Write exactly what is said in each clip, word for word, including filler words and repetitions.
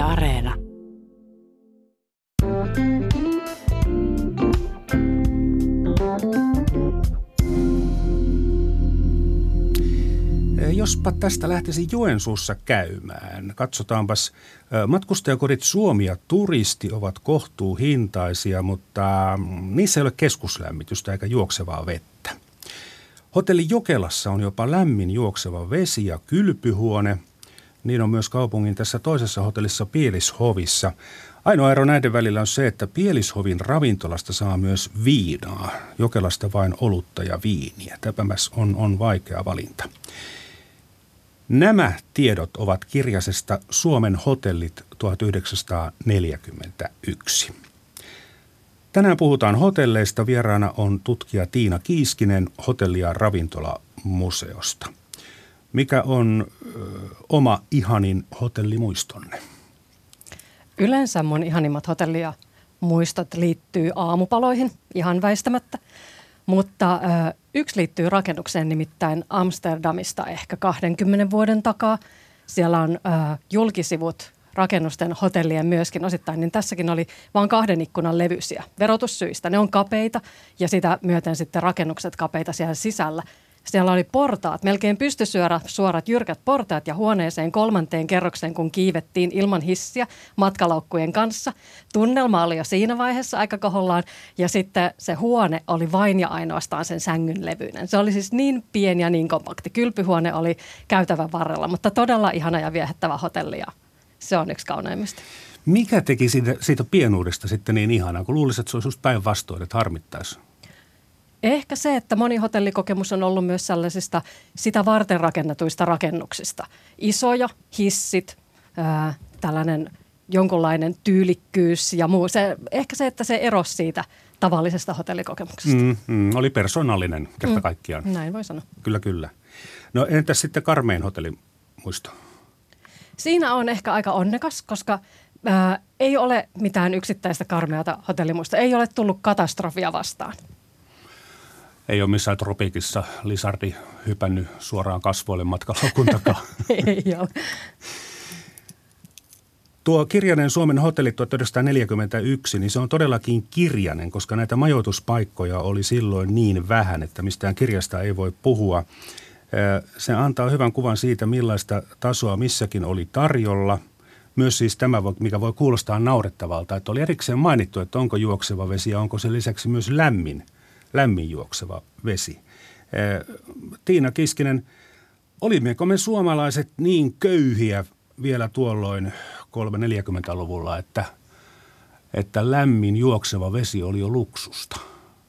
Areena. Jospa tästä lähtisi Joensuussa käymään. Katsotaanpas. Matkustajakodit Suomi ja Turisti ovat kohtuuhintaisia, mutta niissä ei ole keskuslämmitystä eikä juoksevaa vettä. Hotelli Jokelassa on jopa lämmin juokseva vesi ja kylpyhuone. Niin on myös kaupungin tässä toisessa hotellissa Pielishovissa. Ainoa ero näiden välillä on se, että Pielishovin ravintolasta saa myös viinaa. Jokelasta vain olutta ja viiniä. Täpämäs on, on vaikea valinta. Nämä tiedot ovat kirjasesta Suomen hotellit tuhatyhdeksänsataaneljäkymmentäyksi. Tänään puhutaan hotelleista. Vieraana on tutkija Tiina Kiiskinen Hotelli- ja Ravintolamuseosta. Mikä on ö, oma ihanin hotellimuistonne? Yleensä mun ihanimmat hotelli- ja muistot liittyy aamupaloihin, ihan väistämättä. Mutta ö, yksi liittyy rakennukseen, nimittäin Amsterdamista ehkä kahdenkymmenen vuoden takaa. Siellä on ö, julkisivut rakennusten hotellien myöskin osittain, niin tässäkin oli vain kahden ikkunan levyisiä verotussyistä. Ne on kapeita ja sitä myöten sitten rakennukset kapeita siellä sisällä. Siellä oli portaat, melkein pystysuorat suorat jyrkät portaat ja huoneeseen kolmanteen kerrokseen, kun kiivettiin ilman hissiä matkalaukkujen kanssa. Tunnelma oli jo siinä vaiheessa aika kohollaan ja sitten se huone oli vain ja ainoastaan sen sängyn levyinen. Se oli siis niin pieni ja niin kompakti. Kylpyhuone oli käytävän varrella, mutta todella ihana ja viehättävä hotelli ja se on yksi kauneimmista. Mikä teki siitä, siitä pienuudesta sitten niin ihanaa, kun luulisit, että se olisi just päinvastoin, että harmittaisi? Ehkä se, että moni hotellikokemus on ollut myös sellaisista sitä varten rakennetuista rakennuksista. Isoja, hissit, ää, tällainen jonkunlainen tyylikkyys ja muu. Se, ehkä se, että se erosi siitä tavallisesta hotellikokemuksesta. Mm, mm, oli persoonallinen kerta kaikkiaan. Mm, näin voi sanoa. Kyllä, kyllä. No entäs sitten karmein hotellimuisto? Siinä on ehkä aika onnekas, koska ää, ei ole mitään yksittäistä karmeata hotellimuista. Ei ole tullut katastrofia vastaan. Ei ole missään tropiikissa lisardi hypännyt suoraan kasvoille matkalaukun takaa. Ei ole. Tuo kirjainen Suomen hotellit tuhatyhdeksänsataaneljäkymmentäyksi, niin se on todellakin kirjainen, koska näitä majoituspaikkoja oli silloin niin vähän, että mistään kirjasta ei voi puhua. Se antaa hyvän kuvan siitä, millaista tasoa missäkin oli tarjolla. Myös siis tämä, mikä voi kuulostaa naurettavalta, että oli erikseen mainittu, että onko juokseva vesi ja onko se lisäksi myös lämmin. lämmin juokseva vesi. Tiina Kiiskinen, olimmeko me suomalaiset niin köyhiä vielä tuolloin kolmekymmentä-neljäkymmentäluvulla, että, että lämmin juokseva vesi oli jo luksusta?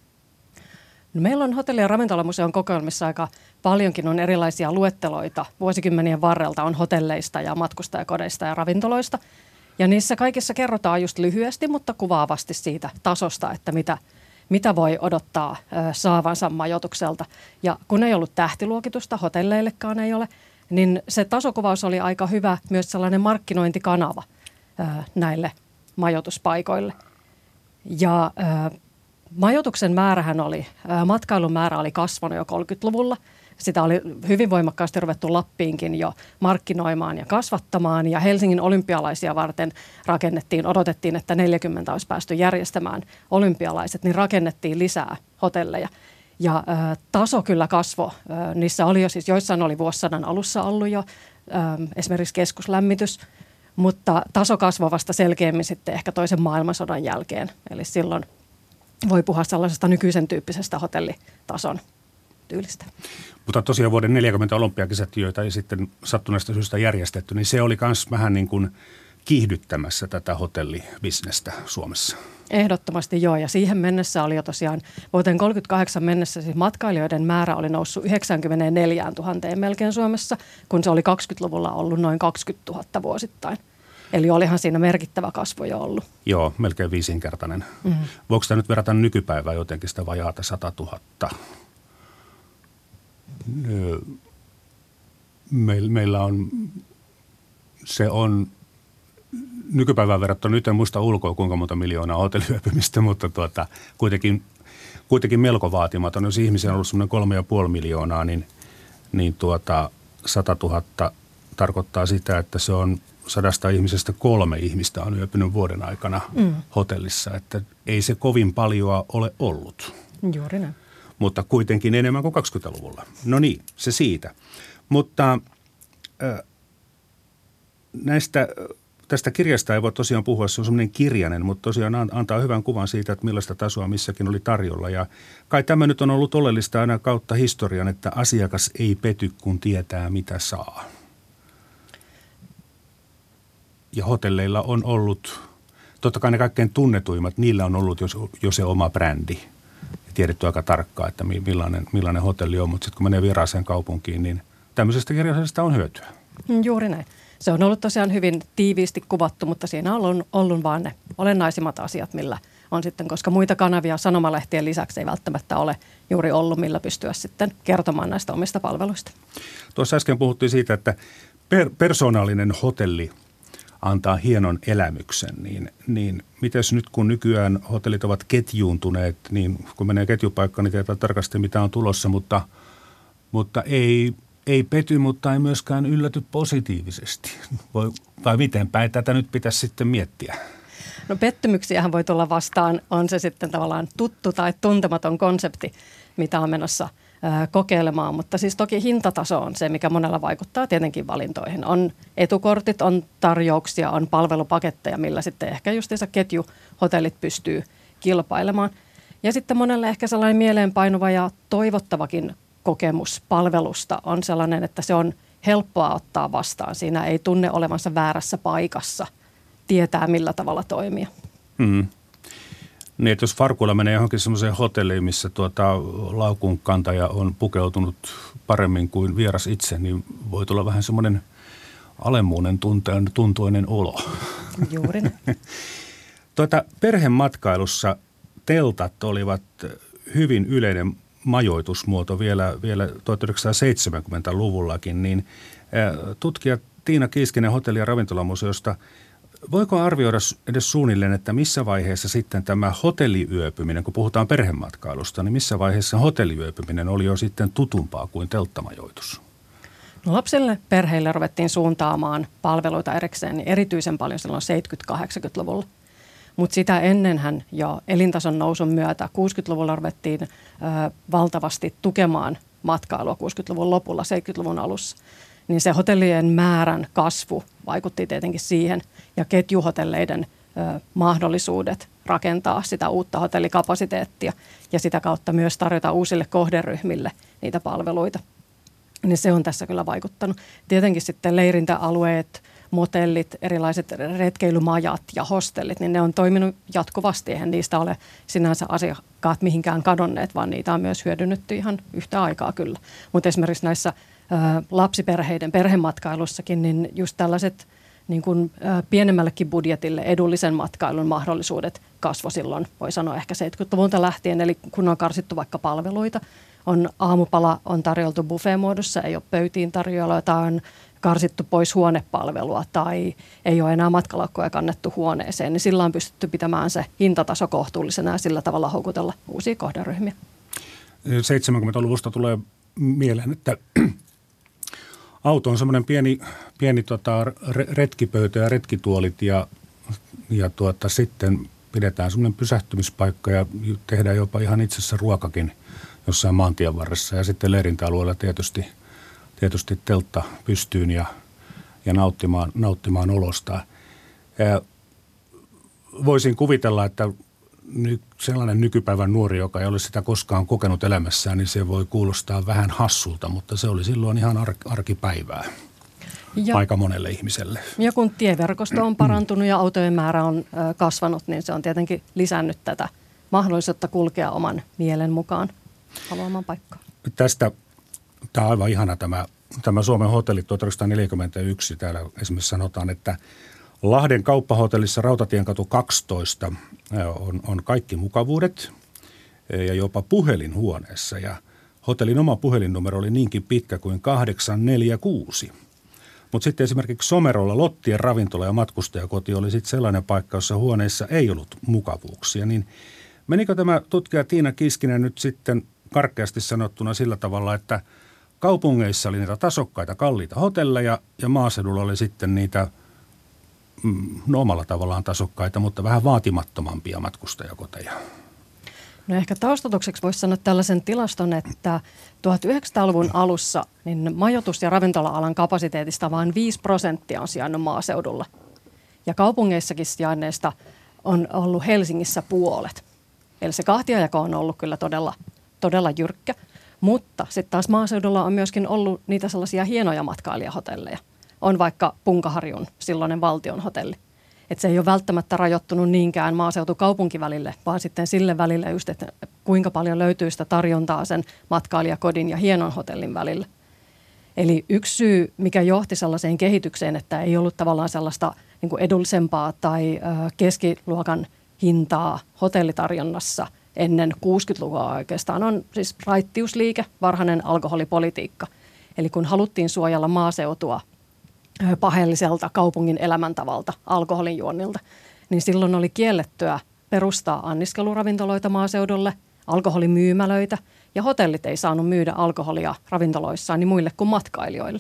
No meillä on hotelli- ja ravintolamuseon kokoelmissa aika paljonkin on erilaisia luetteloita. Vuosikymmenien varrelta on hotelleista ja matkustajakodeista ja ravintoloista. Ja niissä kaikissa kerrotaan just lyhyesti, mutta kuvaavasti siitä tasosta, että mitä mitä voi odottaa ö, saavansa majoitukselta. Ja kun ei ollut tähtiluokitusta, hotelleillekaan ei ole, niin se tasokuvaus oli aika hyvä, myös sellainen markkinointikanava ö, näille majoituspaikoille. Ja ö, majoituksen määrähän oli, ö, matkailun määrä oli kasvanut jo kolmekymmentäluvulla. Sitä oli hyvin voimakkaasti ruvettu Lappiinkin jo markkinoimaan ja kasvattamaan. Ja Helsingin olympialaisia varten rakennettiin, odotettiin, että neljäkymmentä olisi päästy järjestämään olympialaiset, niin rakennettiin lisää hotelleja. Ja ö, taso kyllä kasvoi. Ö, niissä oli jo siis, joissain oli vuosisadan alussa ollut jo ö, esimerkiksi keskuslämmitys, mutta taso kasvoi vasta selkeämmin sitten ehkä toisen maailmansodan jälkeen. Eli silloin voi puhua sellaisesta nykyisen tyyppisestä hotellitason tyylistä. Mutta tosiaan vuoden neljäkymmentä olympiakisat, joita ei sitten sattuneesta syystä järjestetty, niin se oli myös vähän niin kuin kiihdyttämässä tätä hotellibisnestä Suomessa. Ehdottomasti joo, ja siihen mennessä oli jo tosiaan vuoteen kolmekymmentäkahdeksan mennessä siis matkailijoiden määrä oli noussut yhdeksänkymmentäneljätuhatta melkein Suomessa, kun se oli kaksikymmentäluvulla ollut noin kaksikymmentätuhatta vuosittain. Eli olihan siinä merkittävä kasvu jo ollut. Joo, melkein viisinkertainen. Mm-hmm. Voiko tämä nyt verrata nykypäivää jotenkin sitä vajaata satatuhatta? Meillä on, se on nykypäivään verrattuna, nyt en muista ulkoa kuinka monta miljoonaa hotelliyöpymistä, mutta tuota, kuitenkin, kuitenkin melko vaatimaton. Jos ihmisiä on ollut semmoinen kolme ja puoli miljoonaa, niin, niin tuota, satatuhatta tarkoittaa sitä, että se on sadasta ihmisestä kolme ihmistä on yöpynyt vuoden aikana mm. hotellissa, että ei se kovin paljoa ole ollut. Juuri näin. Mutta kuitenkin enemmän kuin kaksikymmentäluvulla. No niin, se siitä. Mutta äh, näistä, tästä kirjasta ei voi tosiaan puhua, se on semmoinen kirjainen, mutta tosiaan antaa hyvän kuvan siitä, että millaista tasoa missäkin oli tarjolla. Ja kai tämä nyt on ollut oleellista aina kautta historian, että asiakas ei pety, kun tietää mitä saa. Ja hotelleilla on ollut, totta kai ne kaikkein tunnetuimmat, niillä on ollut jo, jo se oma brändi. Tiedetty aika tarkkaan, että millainen, millainen hotelli on, mutta sitten kun menee vieraaseen kaupunkiin, niin tämmöisestä kirjallisesta on hyötyä. Juuri näin. Se on ollut tosiaan hyvin tiiviisti kuvattu, mutta siinä on ollut, ollut vain ne olennaisimmat asiat, millä on sitten, koska muita kanavia sanomalehtien lisäksi ei välttämättä ole juuri ollut, millä pystyä sitten kertomaan näistä omista palveluista. Tuossa äsken puhuttiin siitä, että per, persoonallinen hotelli antaa hienon elämyksen, niin, niin mites nyt kun nykyään hotellit ovat ketjuuntuneet, niin kun menee ketjupaikkaan, niin tietää tarkasti mitä on tulossa, mutta, mutta ei, ei pety, mutta ei myöskään ylläty positiivisesti. Voi, vai miten päin tätä nyt pitäisi sitten miettiä? No pettymyksiähän voi tulla vastaan, on se sitten tavallaan tuttu tai tuntematon konsepti, mitä on menossa kokeilemaan, mutta siis toki hintataso on se, mikä monella vaikuttaa tietenkin valintoihin. On etukortit, on tarjouksia, on palvelupaketteja, millä sitten ehkä justiinsa ketjuhotellit pystyy kilpailemaan. Ja sitten monelle ehkä sellainen mieleenpainuva ja toivottavakin kokemus palvelusta on sellainen, että se on helppoa ottaa vastaan. Siinä ei tunne olevansa väärässä paikassa, tietää millä tavalla toimia. Mm. Niin, että jos farkuilla menee johonkin semmoiseen hotelliin, missä tuota, laukun kantaja on pukeutunut paremmin kuin vieras itse, niin voi tulla vähän semmoinen alemmuuden tuntuinen olo. Juuri näin. tuota, perhematkailussa teltat olivat hyvin yleinen majoitusmuoto vielä, vielä tuhatyhdeksänsataaseitsemänkymmentäluvullakin, niin tutkija Tiina Kiiskinen Hotelli- ja ravintolamuseosta, voiko arvioida edes suunnilleen, että missä vaiheessa sitten tämä hotelliyöpyminen, kun puhutaan perhematkailusta, niin missä vaiheessa hotelliyöpyminen oli jo sitten tutumpaa kuin telttamajoitus? No lapsille perheille ruvettiin suuntaamaan palveluita erikseen niin erityisen paljon silloin seitsemänkymmentä-kahdeksankymmentäluvulla. Mutta sitä ennenhän jo elintason nousun myötä kuusikymmentäluvulla ruvettiin ö, valtavasti tukemaan matkailua kuusikymmentäluvun lopulla, seitsemänkymmentäluvun alussa. Niin se hotellien määrän kasvu vaikutti tietenkin siihen ja ketjuhotelleiden ö, mahdollisuudet rakentaa sitä uutta hotellikapasiteettia ja sitä kautta myös tarjota uusille kohderyhmille niitä palveluita. Niin se on tässä kyllä vaikuttanut. Tietenkin sitten leirintäalueet, motellit, erilaiset retkeilymajat ja hostellit, niin ne on toiminut jatkuvasti. Eihän niistä ole sinänsä asiakkaat mihinkään kadonneet, vaan niitä on myös hyödynnetty ihan yhtä aikaa kyllä. Mutta esimerkiksi näissä ä, lapsiperheiden perhematkailussakin, niin just tällaiset niin kuin, ä, pienemmällekin budjetille edullisen matkailun mahdollisuudet kasvoi silloin, voi sanoa ehkä seitsemänkymmentäluvulta lähtien. Eli kun on karsittu vaikka palveluita, on aamupala on tarjoltu buffet-muodossa, ei ole pöytiin tarjoilla, tai on karsittu pois huonepalvelua tai ei ole enää matkalaukkoja kannettu huoneeseen, niin sillä on pystytty pitämään se hintataso kohtuullisena ja sillä tavalla houkutella uusia kohderyhmiä. seitsemänkymmentäluvusta tulee mieleen, että auto on semmoinen pieni, pieni tota, retkipöytä ja retkituolit ja, ja tuota, sitten pidetään semmoinen pysähtymispaikka ja tehdään jopa ihan itse asiassa ruokakin jossain maantien varressa ja sitten leirintäalueella tietysti Tietysti teltta pystyyn ja, ja nauttimaan, nauttimaan olosta. Ja voisin kuvitella, että ny, sellainen nykypäivän nuori, joka ei ole sitä koskaan kokenut elämässään, niin se voi kuulostaa vähän hassulta, mutta se oli silloin ihan ar, arkipäivää ja, aika monelle ihmiselle. Ja kun tieverkosto on parantunut ja autojen määrä on ö, kasvanut, niin se on tietenkin lisännyt tätä mahdollisuutta kulkea oman mielen mukaan haluamaan paikkaan. Tästä Tämä on aivan ihana tämä, tämä Suomen hotelli tuhatyhdeksänsataaneljäkymmentäyksi. Täällä esimerkiksi sanotaan, että Lahden kauppahotellissa Rautatienkatu kaksitoista on, on kaikki mukavuudet ja jopa puhelin huoneessa. Ja hotellin oma puhelinnumero oli niinkin pitkä kuin kahdeksan neljä kuusi. Mutta sitten esimerkiksi Somerolla Lottien ravintola ja matkustajakoti oli sitten sellainen paikka, jossa huoneissa ei ollut mukavuuksia. Niin menikö tämä tutkija Tiina Kiiskinen nyt sitten karkeasti sanottuna sillä tavalla, että kaupungeissa oli niitä tasokkaita, kalliita hotelleja ja maaseudulla oli sitten niitä no omalla tavallaan tasokkaita, mutta vähän vaatimattomampia matkustajakoteja? No ehkä taustatukseksi voisi sanoa tällaisen tilaston, että tuhatyhdeksänsataaluvun alussa niin majoitus- ja ravintola-alan kapasiteetista vain viisi prosenttia on sijainnut maaseudulla. Ja kaupungeissakin sijainneista on ollut Helsingissä puolet. Eli se kahtiajako on ollut kyllä todella, todella jyrkkä. Mutta sitten taas maaseudulla on myöskin ollut niitä sellaisia hienoja matkailijahotelleja. On vaikka Punkaharjun silloinen valtion hotelli. Että se ei ole välttämättä rajoittunut niinkään maaseutukaupunkivälille, vaan sitten sille välille just, että kuinka paljon löytyy sitä tarjontaa sen matkailijakodin ja hienon hotellin välillä. Eli yksi syy, mikä johti sellaiseen kehitykseen, että ei ollut tavallaan sellaista niin kuin edullisempaa tai ö, keskiluokan hintaa hotellitarjonnassa ennen kuusikymmentälukua oikeastaan, on siis raittiusliike, varhainen alkoholipolitiikka. Eli kun haluttiin suojella maaseutua paheelliselta kaupungin elämäntavalta, alkoholin juonnilta, niin silloin oli kiellettyä perustaa anniskeluravintoloita maaseudulle, alkoholimyymälöitä, ja hotellit ei saanut myydä alkoholia ravintoloissaan niin muille kuin matkailijoille.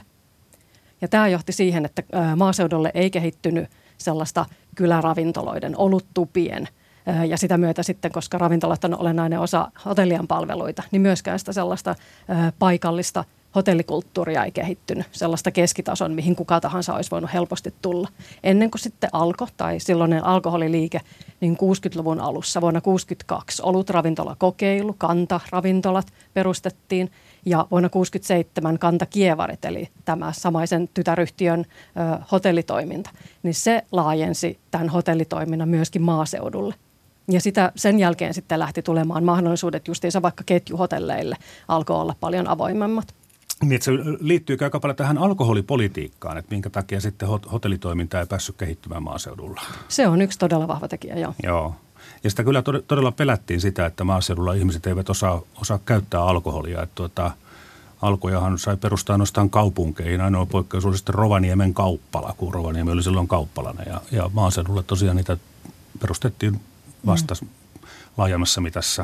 Ja tämä johti siihen, että maaseudulle ei kehittynyt sellaista kyläravintoloiden, oluttupien, ja sitä myötä sitten, koska ravintolat on olennainen osa hotellien palveluita, niin myöskään sitä sellaista paikallista hotellikulttuuria ei kehittynyt, sellaista keskitason, mihin kuka tahansa olisi voinut helposti tulla. Ennen kuin sitten alkoi, tai silloinen alkoholiliike, niin kuusikymmentäluvun alussa vuonna tuhatyhdeksänsataakuusikymmentäkaksi olutravintolakokeilu, Kanta-ravintolat perustettiin, ja vuonna tuhatyhdeksänsataakuusikymmentäseitsemän Kanta-Kievarit, eli tämä samaisen tytäryhtiön ö, hotellitoiminta, niin se laajensi tämän hotellitoiminnan myöskin maaseudulle. Ja sitä, sen jälkeen sitten lähti tulemaan mahdollisuudet justiinsa vaikka ketjuhotelleille alkoi olla paljon avoimemmat. Niin, että se liittyy aika paljon tähän alkoholipolitiikkaan, että minkä takia sitten hotellitoiminta ei päässyt kehittymään maaseudulla. Se on yksi todella vahva tekijä, joo. Joo. Ja sitä kyllä todella pelättiin sitä, että maaseudulla ihmiset eivät osaa, osaa käyttää alkoholia. Että tuota, alkojahan sai perustaa ainoastaan kaupunkeihin. Ainoa poikkeus oli sitten Rovaniemen kauppala, kun Rovaniemi oli silloin kauppalana. Ja, ja maaseudulla tosiaan niitä perustettiin vasta mm. laajemmassa mitassa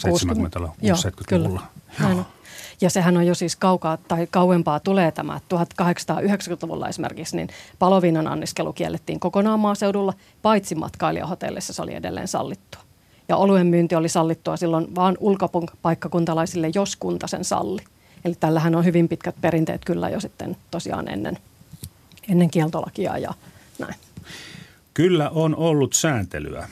seitsemänkymmentäluvulla. Joo. Ja sehän on jo siis kaukaa tai kauempaa tulee tämä tuhatkahdeksansataayhdeksänkymmentäluvulla esimerkiksi, niin paloviinan anniskelu kiellettiin kokonaan maaseudulla, paitsi matkailijahotellissa se oli edelleen sallittua. Ja oluen myynti oli sallittua silloin vaan ulkopaikkakuntalaisille, jos kunta sen salli. Eli tällähän on hyvin pitkät perinteet kyllä jo sitten tosiaan ennen, ennen kieltolakia ja näin. Kyllä on ollut sääntelyä.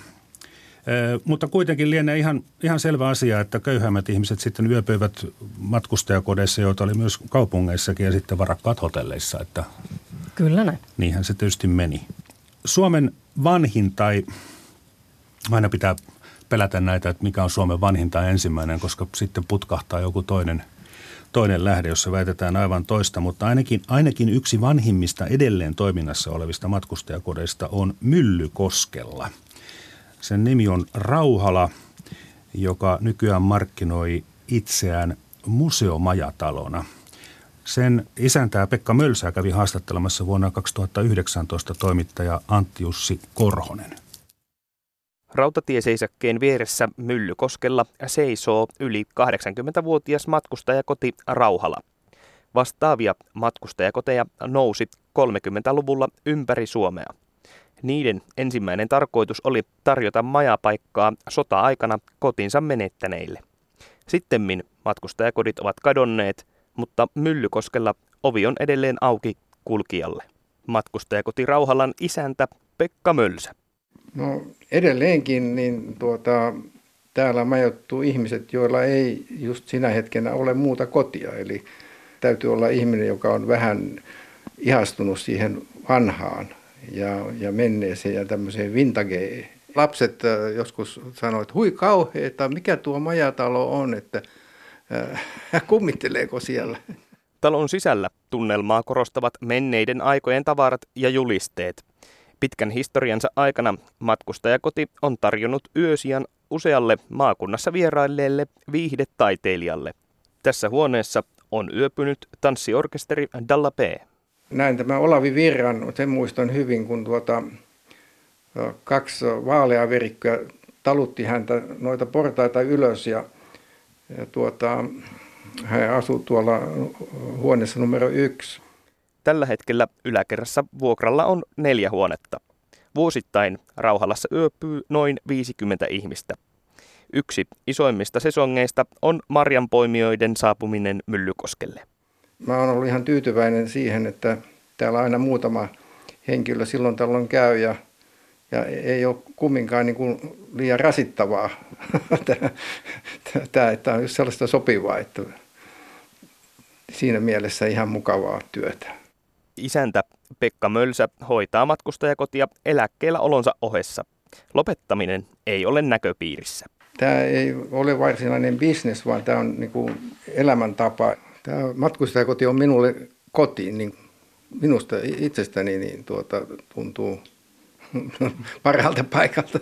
Mutta kuitenkin lienee ihan, ihan selvä asia, että köyhämmät ihmiset sitten yöpyivät matkustajakodeissa, joita oli myös kaupungeissakin ja sitten varakkaat hotelleissa. Että kyllä näin. Niinhän se tietysti meni. Suomen vanhin tai, aina pitää pelätä näitä, että mikä on Suomen vanhin tai ensimmäinen, koska sitten putkahtaa joku toinen, toinen lähde, jossa väitetään aivan toista. Mutta ainakin, ainakin yksi vanhimmista edelleen toiminnassa olevista matkustajakodeista on Myllykoskella. Sen nimi on Rauhala, joka nykyään markkinoi itseään museomajatalona. Sen isäntää Pekka Mölsää kävi haastattelemassa vuonna kaksituhattayhdeksäntoista toimittaja Antti-Jussi Korhonen. Rautatieseisakkeen vieressä Myllykoskella seisoo yli kahdeksankymmentävuotias matkustajakoti Rauhala. Vastaavia matkustajakoteja nousi kolmekymmentäluvulla ympäri Suomea. Niiden ensimmäinen tarkoitus oli tarjota majapaikkaa sota-aikana kotinsa menettäneille. Sittemmin matkustajakodit ovat kadonneet, mutta Myllykoskella ovi on edelleen auki kulkijalle. Matkustajakoti Rauhalan isäntä Pekka Mölsä. No edelleenkin niin tuota, täällä majoittuu ihmiset, joilla ei just sinä hetkenä ole muuta kotia. Eli täytyy olla ihminen, joka on vähän ihastunut siihen vanhaan ja, ja menneeseen ja tämmöiseen vintageen. Lapset joskus sanoivat, että hui kauheeta, mikä tuo majatalo on, että äh, kummitteleeko siellä. Talon sisällä tunnelmaa korostavat menneiden aikojen tavarat ja julisteet. Pitkän historiansa aikana matkustajakoti on tarjonnut yösijan usealle maakunnassa vierailleelle viihdetaiteilijalle. Tässä huoneessa on yöpynyt tanssiorkesteri Dalla P. Näin tämä Olavi Virran, sen muistan hyvin, kun tuota, kaksi vaaleaverikköä talutti häntä noita portaita ylös ja, ja tuota, hän asui tuolla huoneessa numero yksi. Tällä hetkellä yläkerrassa vuokralla on neljä huonetta. Vuosittain Rauhalassa yöpyy noin viisikymmentä ihmistä. Yksi isoimmista sesongeista on marjanpoimijoiden saapuminen Myllykoskelle. Mä oon ollut ihan tyytyväinen siihen, että täällä aina muutama henkilö silloin tällöin käy ja, ja ei ole kumminkaan niin kuin liian rasittavaa. Tämä, tämä on just sellaista sopivaa, että siinä mielessä ihan mukavaa työtä. Isäntä Pekka Mölsä hoitaa matkustajakotia eläkkeellä olonsa ohessa. Lopettaminen ei ole näköpiirissä. Tämä ei ole varsinainen bisnes, vaan tämä on niin kuin elämäntapa. Tämä matkustajakoti on minulle koti, niin minusta itsestäni niin tuota, tuntuu parhaalta paikalta.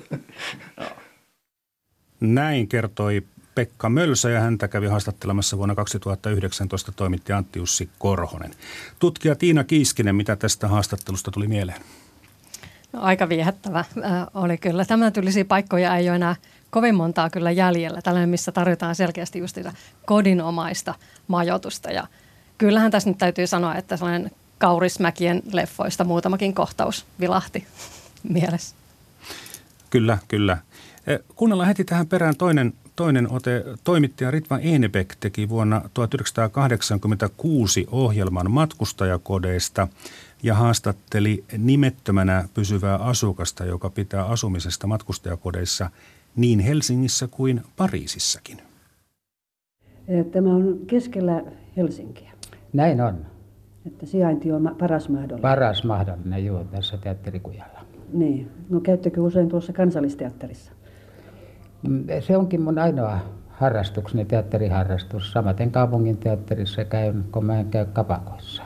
Näin kertoi Pekka Mölsä ja häntä kävi haastattelemassa vuonna kaksituhattayhdeksäntoista toimitti Antti Jussi Korhonen. Tutkija Tiina Kiiskinen, mitä tästä haastattelusta tuli mieleen? No, aika viehättävä äh, oli kyllä. Tämän tyylisiä paikkoja ei ole enää kovin montaa kyllä jäljellä. Tällainen, missä tarjotaan selkeästi just sitä kodinomaista majoitusta. Ja kyllähän tässä nyt täytyy sanoa, että sellainen Kaurismäkien leffoista muutamakin kohtaus vilahti mielessä. Kyllä, kyllä. Kuunnellaan heti tähän perään toinen, toinen ote. Toimittaja Ritva Enebeck teki vuonna tuhatyhdeksänsataakahdeksankymmentäkuusi ohjelman matkustajakodeista ja haastatteli nimettömänä pysyvää asukasta, joka pitää asumisesta matkustajakodeissa niin Helsingissä kuin Pariisissakin. Tämä on keskellä Helsinkiä. Näin on. Että sijainti on paras mahdollinen. Paras mahdollinen, joo, tässä teatterikujalla. Niin. No käyttekö usein tuossa Kansallisteatterissa? Se onkin mun ainoa harrastukseni, teatteriharrastus. Samaten kaupungin teatterissa käyn, kun mä en käy kapakoissa.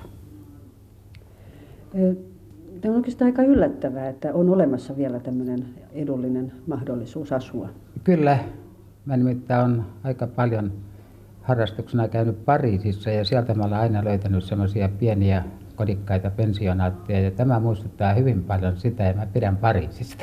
Tämä on oikeastaan aika yllättävää, että on olemassa vielä tämmöinen edullinen mahdollisuus asua. Kyllä. Mä nimittäin on aika paljon harrastuksena käynyt Pariisissa ja sieltä mä olen aina löytänyt semmoisia pieniä kodikkaita pensionaatteja ja tämä muistuttaa hyvin paljon sitä ja mä pidän Pariisista.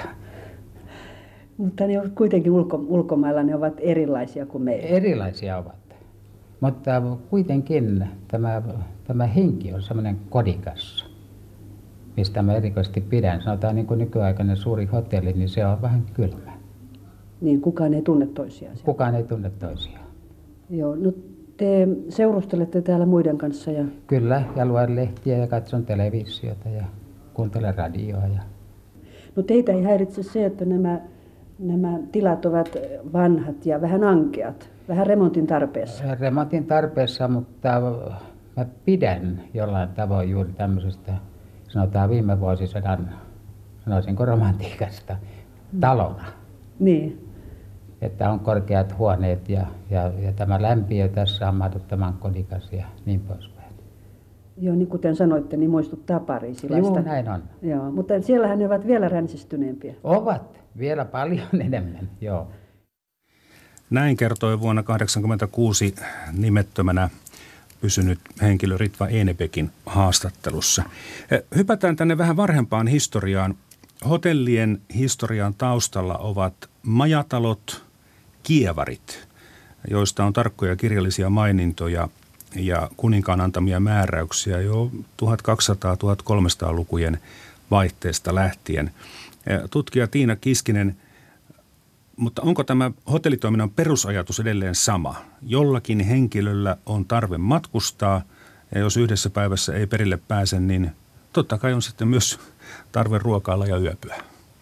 Mutta ne ovat kuitenkin ulko, ulkomailla, ne ovat erilaisia kuin meillä. Erilaisia ovat, mutta kuitenkin tämä, tämä henki on semmoinen kodikas, mistä mä erikoisesti pidän. Sanotaan niin kuin nykyaikainen suuri hotelli, niin se on vähän kylmä. Niin, kukaan ei tunne toisiaan. Kukaan ei tunne toisiaan. Joo, no te seurustelette täällä muiden kanssa ja... Kyllä, ja luen lehtiä ja katson televisiota ja kuuntelen radioa. Ja... No teitä ei häiritse se, että nämä, nämä tilat ovat vanhat ja vähän ankeat, vähän remontin tarpeessa. Remontin tarpeessa, mutta mä pidän jollain tavoin juuri tämmöisestä, sanotaan viime vuosisadan, sanoisinko romantiikasta, talona. Niin. Että on korkeat huoneet ja, ja, ja tämä lämpiö tässä on mahdottoman kodikas ja niin poispäin. Joo, niin kuten sanoitte, niin muistuttaa pariisilaista. Joo, näin on. Joo, mutta siellähän ne ovat vielä ränsistyneempiä. Ovat, vielä paljon enemmän, joo. Näin kertoi vuonna tuhatyhdeksänsataakahdeksankymmentäkuusi nimettömänä pysynyt henkilö Ritva Enebeckin haastattelussa. Hypätään tänne vähän varhempaan historiaan. Hotellien historian taustalla ovat majatalot, kievarit, joista on tarkkoja kirjallisia mainintoja ja kuninkaan antamia määräyksiä jo tuhatkaksisataa-tuhatkolmesataa-lukujen vaihteesta lähtien. Tutkija Tiina Kiiskinen, mutta onko tämä hotellitoiminnan perusajatus edelleen sama? Jollakin henkilöllä on tarve matkustaa ja jos yhdessä päivässä ei perille pääse, niin totta kai on sitten myös tarve ruokailla ja yöpyä.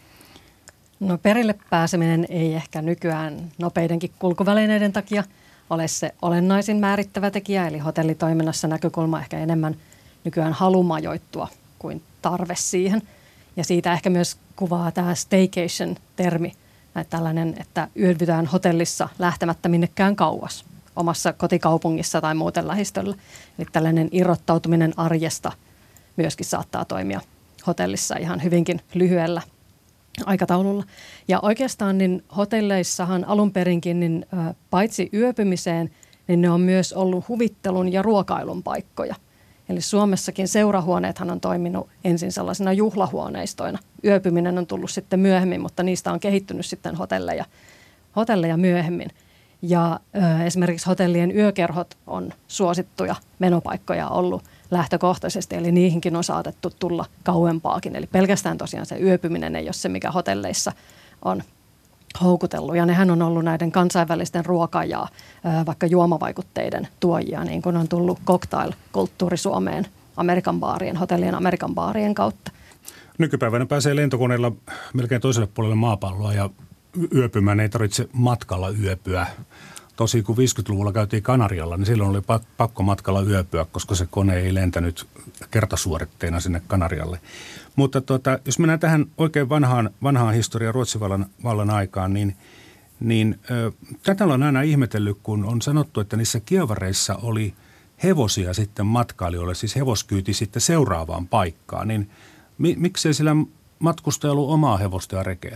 No perille pääseminen ei ehkä nykyään nopeidenkin kulkuvälineiden takia ole se olennaisin määrittävä tekijä, eli hotellitoiminnassa näkökulma ehkä enemmän nykyään halu majoittua kuin tarve siihen. Ja siitä ehkä myös kuvaa tämä staycation-termi, että tällainen, että yövytään hotellissa lähtemättä minnekään kauas omassa kotikaupungissa tai muuten lähistöllä. Eli tällainen irrottautuminen arjesta myöskin saattaa toimia hotellissa ihan hyvinkin lyhyellä aikataululla. Ja oikeastaan niin hotelleissahan alun perinkin niin, ä, paitsi yöpymiseen, niin ne on myös ollut huvittelun ja ruokailun paikkoja. Eli Suomessakin seurahuoneethan on toiminut ensin sellaisina juhlahuoneistoina. Yöpyminen on tullut sitten myöhemmin, mutta niistä on kehittynyt sitten hotelleja, hotelleja myöhemmin. Ja ä, esimerkiksi hotellien yökerhot on suosittuja menopaikkoja ollut lähtökohtaisesti, eli niihinkin on saatettu tulla kauempaakin. Eli pelkästään tosiaan se yöpyminen ei ole se, mikä hotelleissa on houkutellut. Ja nehän on ollut näiden kansainvälisten ruoka- ja ää, vaikka juomavaikutteiden tuojia, niin kuin on tullut cocktail-kulttuuri Suomeen Amerikan baarien, hotellien Amerikan baarien kautta. Nykypäivänä pääsee lentokoneella melkein toiselle puolelle maapalloa ja yöpymään ei tarvitse matkalla yöpyä. Tosi kun viisikymmentäluvulla käytiin Kanarialla, niin silloin oli pakko matkalla yöpyä, koska se kone ei lentänyt kertasuoritteena sinne Kanarialle. Mutta tuota, jos mennään tähän oikein vanhaan, vanhaan historiaan Ruotsin vallan, vallan aikaan, niin, niin ö, tätä on aina ihmetellyt, kun on sanottu, että niissä kievareissa oli hevosia sitten matkailijoille, siis hevoskyyti sitten seuraavaan paikkaan. Niin mi, miksei sillä matkustajalla ollut omaa hevosta ja rekeä?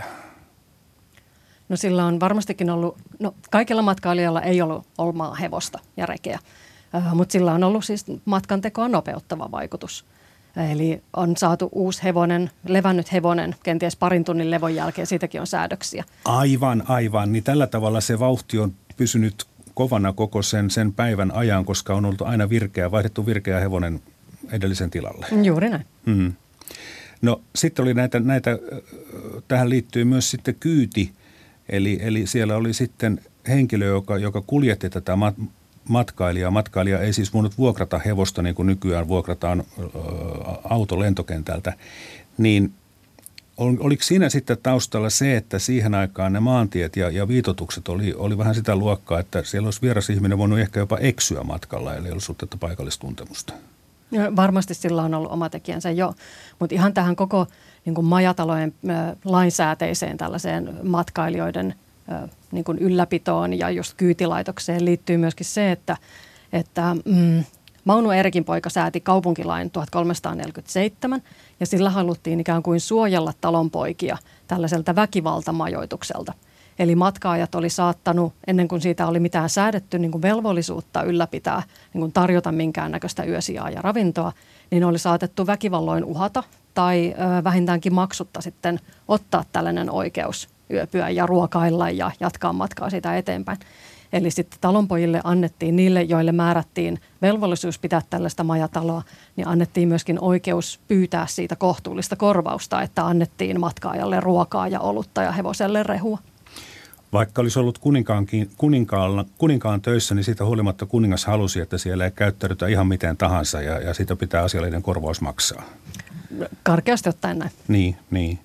No sillä on varmastikin ollut, no kaikilla matkailijoilla ei ollut omaa hevosta ja rekeä, äh, mutta sillä on ollut siis matkantekoa nopeuttava vaikutus. Eli on saatu uusi hevonen, levännyt hevonen, kenties parin tunnin levon jälkeen, siitäkin on säädöksiä. Aivan, aivan. Niin tällä tavalla se vauhti on pysynyt kovana koko sen, sen päivän ajan, koska on ollut aina virkeä, vaihdettu virkeä hevonen edellisen tilalle. Juuri näin. Mm. No sitten oli näitä, näitä, tähän liittyy myös sitten kyyti, eli, eli siellä oli sitten henkilö, joka, joka kuljetti tätä mat, matkailijaa. Matkailija ei siis voinut vuokrata hevosta niin kuin nykyään vuokrataan ä, auto lentokentältä. Niin oliko siinä sitten taustalla se, että siihen aikaan ne maantiet ja, ja viitotukset oli, oli vähän sitä luokkaa, että siellä olisi vieras ihminen voinut ehkä jopa eksyä matkalla, eli olisi ollut tätä paikallistuntemusta? Ja varmasti sillä on ollut oma tekijänsä jo, mutta ihan tähän koko niin kuin majatalojen ä, lainsääteiseen tällaiseen matkailijoiden ä, niin kuin ylläpitoon ja just kyytilaitokseen liittyy myöskin se, että, että mm, Mauno Eerikin poika sääti kaupunkilain tuhatkolmesataaneljäkymmentäseitsemän ja sillä haluttiin ikään kuin suojella talonpoikia tällaiselta väkivaltamajoitukselta. Eli matkaajat oli saattanut, ennen kuin siitä oli mitään säädetty niin kuin velvollisuutta ylläpitää, niin kuin tarjota minkäännäköistä yösijaa ja ravintoa, niin oli saatettu väkivalloin uhata tai ö, vähintäänkin maksutta sitten ottaa tällainen oikeus yöpyä ja ruokailla ja jatkaa matkaa siitä eteenpäin. Eli sitten talonpojille annettiin, niille joille määrättiin velvollisuus pitää tällaista majataloa, niin annettiin myöskin oikeus pyytää siitä kohtuullista korvausta, että annettiin matkaajalle ruokaa ja olutta ja hevoselle rehua. Vaikka olisi ollut kuninkaan, kuninkaan töissä, niin siitä huolimatta kuningas halusi, että siellä ei käyttäydytä ihan miten tahansa ja, ja siitä pitää asiallinen korvaus maksaa. Karkeasti ottaen näin. Niin, niin.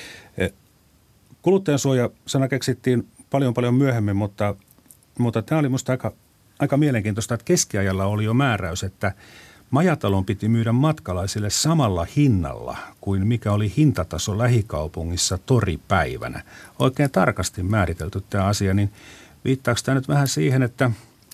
Kuluttajansuoja-sana keksittiin paljon paljon myöhemmin, mutta, mutta tämä oli minusta aika, aika mielenkiintoista, että keskiajalla oli jo määräys, että majatalon piti myydä matkalaisille samalla hinnalla kuin mikä oli hintataso lähikaupungissa toripäivänä. Oikein tarkasti määritelty tämä asia, niin viittaako tämä nyt vähän siihen, että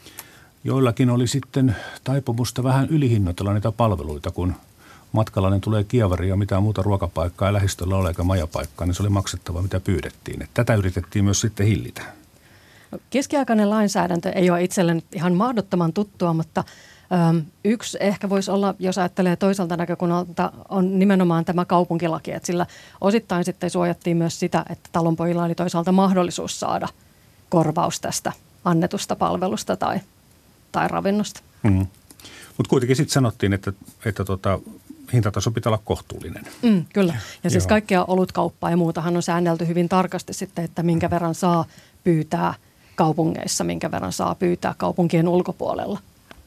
joillakin oli sitten taipumusta vähän ylihinnoitella niitä palveluita, kun matkalainen tulee kievariin ja mitään muuta ruokapaikkaa ja lähistöllä ole eikä majapaikkaa, niin se oli maksettava mitä pyydettiin. Että tätä yritettiin myös sitten hillitä. Keskiaikainen lainsäädäntö ei ole itselle ihan mahdottoman tuttua, mutta Öm, yksi ehkä voisi olla, jos ajattelee toiselta näkökulmalta, on nimenomaan tämä kaupunkilaki, että sillä osittain sitten suojattiin myös sitä, että talonpojilla oli toisaalta mahdollisuus saada korvaus tästä annetusta palvelusta tai, tai ravinnosta. Mm. Mutta kuitenkin sitten sanottiin, että, että tota, hintataso pitää olla kohtuullinen. Mm, kyllä. Ja siis Joo. kaikkea olutkauppaa ja muutahan on säännelty hyvin tarkasti sitten, että minkä verran saa pyytää kaupungeissa, minkä verran saa pyytää kaupunkien ulkopuolella.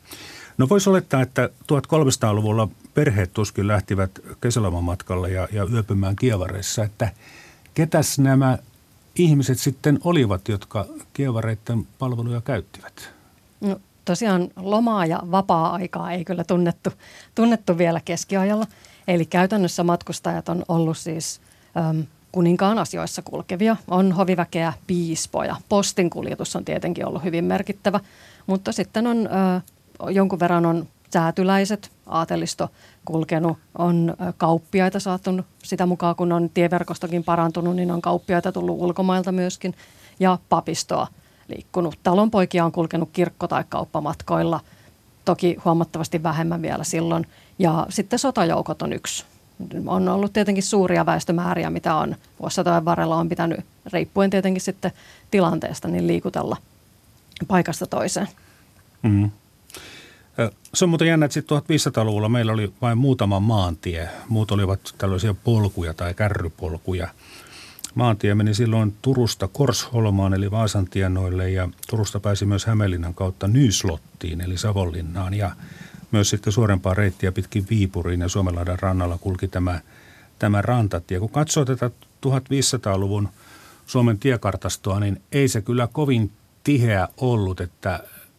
No voisi olettaa, että tuhatkolmesataaluvulla perheet tuskin lähtivät kesälomamatkalle ja, ja yöpymään kievareissa, että ketäs nämä ihmiset sitten olivat, jotka kievareiden palveluja käyttivät? No, tosiaan lomaa ja vapaa-aikaa ei kyllä tunnettu, tunnettu vielä keskiajalla. Eli käytännössä matkustajat on ollut siis äm, kuninkaan asioissa kulkevia. On hoviväkeä, piispoja. Postinkuljetus on tietenkin ollut hyvin merkittävä, mutta sitten on Ä, jonkun verran on säätyläiset, aatelisto kulkenut, on kauppiaita saattunut sitä mukaan, kun on tieverkostokin parantunut, niin on kauppiaita tullut ulkomailta myöskin ja papistoa liikkunut. Talonpoikia on kulkenut kirkko- tai kauppamatkoilla, toki huomattavasti vähemmän vielä silloin. Ja sitten sotajoukot on yksi. On ollut tietenkin suuria väestömääriä, mitä on vuosisatojen varrella on pitänyt, riippuen tietenkin sitten tilanteesta, niin liikutella paikasta toiseen. Mm. Se on muuten jännä, että sitten tuhatviisisataaluvulla meillä oli vain muutama maantie. Muut olivat tällaisia polkuja tai kärrypolkuja. Maantie meni silloin Turusta Korsholmaan eli Vaasan tienoille ja Turusta pääsi myös Hämeenlinnan kautta Nyslottiin eli Savonlinnaan ja myös sitten suorempaa reittiä pitkin Viipuriin ja Suomenlahden rannalla kulki tämä, tämä rantatie. Kun katsoo tätä tuhatviisisataaluvun Suomen tiekartastoa, niin ei se kyllä kovin tiheä ollut, että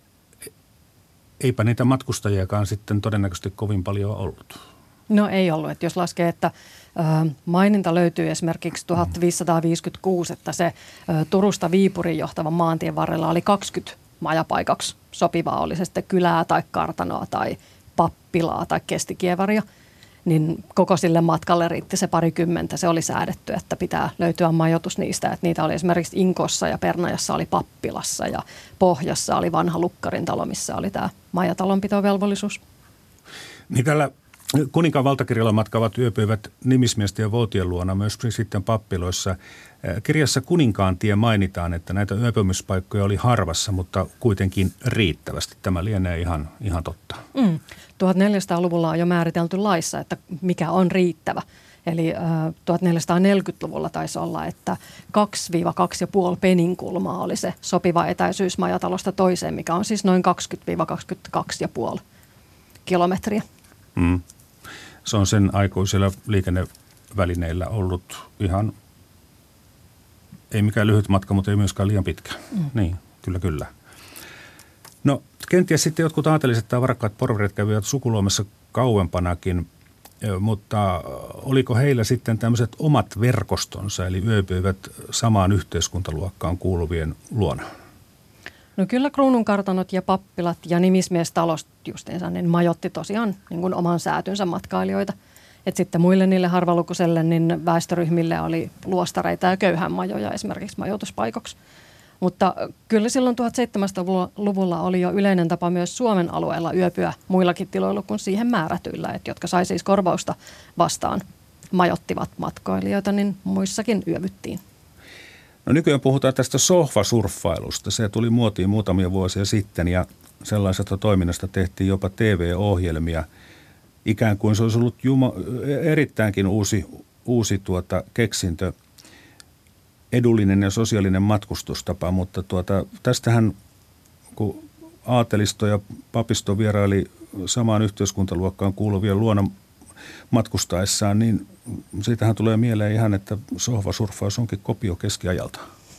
eipä niitä matkustajiakaan sitten todennäköisesti kovin paljon ollut. No ei ollut, että jos laskee, että ö, maininta löytyy esimerkiksi tuhatviisisataaviisikymmentäkuusi, että se ö, Turusta Viipuriin johtavan maantien varrella oli kaksikymmentä majapaikaksi sopivaa, oli se sitten kylää tai kartanoa tai pappilaa tai kestikievaria, niin koko sille matkalle riitti se parikymmentä. Se oli säädetty, että pitää löytyä majoitus niistä, että niitä oli esimerkiksi Inkossa ja Pernajassa oli Pappilassa ja Pohjassa oli vanha Lukkarin talo, missä oli tämä majatalonpitovelvollisuus. Niin tällä Kuninkaan valtakirjalla matkaavat yöpyivät nimismiesten ja voutien luona myös sitten pappiloissa. Kirjassa Kuninkaantie mainitaan, että näitä yöpymispaikkoja oli harvassa, mutta kuitenkin riittävästi. Tämä lienee ihan, ihan totta. Mm. tuhatneljäsataaluvulla on jo määritelty laissa, että mikä on riittävä. Eli äh, tuhatneljäsataaneljäkymmentäluvulla taisi olla, että kaksi kaksi pilkku viisi peninkulmaa oli se sopiva etäisyys majatalosta toiseen, mikä on siis noin kaksikymmentä kaksikymmentäkaksi pilkku viisi kilometriä. Mm. Se on sen aikuisilla liikennevälineillä ollut ihan, ei mikään lyhyt matka, mutta ei myöskään liian pitkä. Mm. Niin, kyllä, kyllä. No kenties sitten jotkut aateliset tai varakkaat porvarit kävivät Sukuluomessa kauempanakin, mutta oliko heillä sitten tämmöiset omat verkostonsa, eli yöpyivät samaan yhteiskuntaluokkaan kuuluvien luona? No kyllä kruununkartanot ja pappilat ja nimismiestalot justiinsa niin majoitti tosiaan niin kuin oman säätynsä matkailijoita. Et sitten muille niille harvalukuiselle niin väestöryhmille oli luostareita ja köyhänmajoja esimerkiksi majoituspaikoksi. Mutta kyllä silloin tuhatseitsemänsataaluvulla oli jo yleinen tapa myös Suomen alueella yöpyä muillakin tiloilla kuin siihen määrätyillä, että jotka sai siis korvausta vastaan majoittivat matkailijoita, niin muissakin yövyttiin. No nykyään puhutaan tästä sohvasurffailusta. Se tuli muotiin muutamia vuosia sitten ja sellaisesta toiminnasta tehtiin jopa T V-ohjelmia. Ikään kuin se olisi ollut juma, erittäinkin uusi, uusi tuota keksintö, edullinen ja sosiaalinen matkustustapa, mutta tuota, tästähän kun aatelisto ja papisto vieraili samaan yhteiskuntaluokkaan kuuluvien luona matkustaessaan, niin siitähän tulee mieleen ihan, että sohvasurffaus onkin kopio keskiajalta.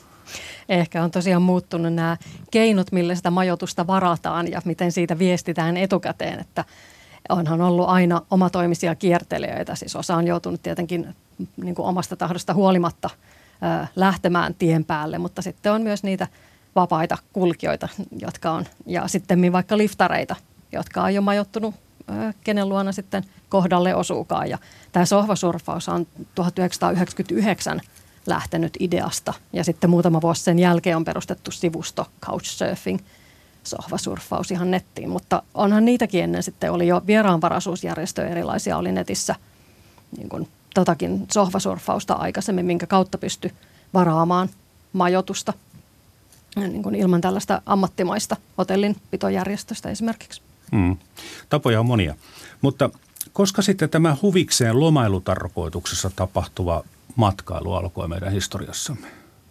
Ehkä on tosiaan muuttunut nämä keinot, millä sitä majoitusta varataan ja miten siitä viestitään etukäteen, että onhan ollut aina omatoimisia kiertelijöitä, siis osa on joutunut tietenkin niin kuin omasta tahdosta huolimatta ö, lähtemään tien päälle, mutta sitten on myös niitä vapaita kulkijoita, jotka on, ja sitten vaikka liftareita, jotka on jo majoittunut ö, kenen luona sitten kohdalle osuukaan. Ja tämä sohvasurfaus on tuhatyhdeksänsataayhdeksänkymmentäyhdeksän lähtenyt ideasta ja sitten muutama vuosi sen jälkeen on perustettu sivusto Couchsurfing, sohvasurffaus ihan nettiin, mutta onhan niitäkin ennen sitten oli jo vieraanvaraisuusjärjestöjä erilaisia oli netissä niin kuin totakin sohvasurffausta aikaisemmin, minkä kautta pystyi varaamaan majoitusta niin kuin ilman tällaista ammattimaista hotellinpitojärjestöstä esimerkiksi. Hmm. Tapoja on monia, mutta koska sitten tämä huvikseen lomailutarkoituksessa tapahtuva matkailu alkoi meidän historiassamme?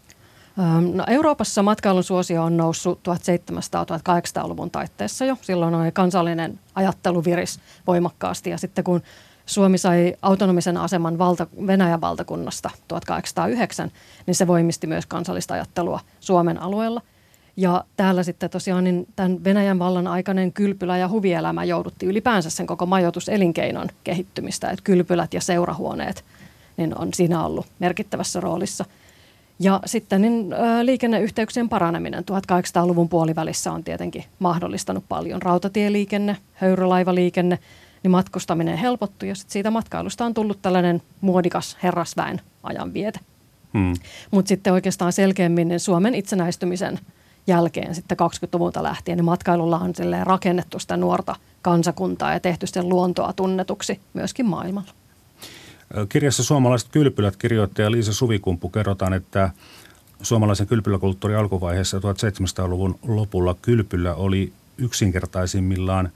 No, Euroopassa matkailun suosio on noussut tuhatseitsemänsataa-tuhatkahdeksansataaluvun taitteessa jo. Silloin oli kansallinen ajattelu viris voimakkaasti ja sitten kun Suomi sai autonomisen aseman valta, Venäjän valtakunnasta tuhatkahdeksansataayhdeksän, niin se voimisti myös kansallista ajattelua Suomen alueella. Ja täällä sitten tosiaan niin tämän Venäjän vallan aikainen kylpylä- ja huvielämä joudutti ylipäänsä sen koko majoituselinkeinon kehittymistä, että kylpylät ja seurahuoneet niin on siinä ollut merkittävässä roolissa. Ja sitten niin, ä, liikenneyhteyksien paraneminen tuhatkahdeksansataaluvun puolivälissä on tietenkin mahdollistanut paljon. Rautatieliikenne, höyrylaivaliikenne, niin matkustaminen helpottui ja sit siitä matkailusta on tullut tällainen muodikas herrasväen ajanviete. Hmm. Mutta sitten oikeastaan selkeämmin niin Suomen itsenäistymisen jälkeen sitten kaksikymmentäluvulta lähtien niin matkailulla on rakennettu sitä nuorta kansakuntaa ja tehty sen luontoa tunnetuksi myöskin maailmalla. Kirjassa Suomalaiset kylpylät kirjoittaja Liisa Suvikumpu kerrotaan, että suomalaisen kylpyläkulttuurin alkuvaiheessa tuhatseitsemänsataaluvun lopulla kylpylä oli yksinkertaisimmillaan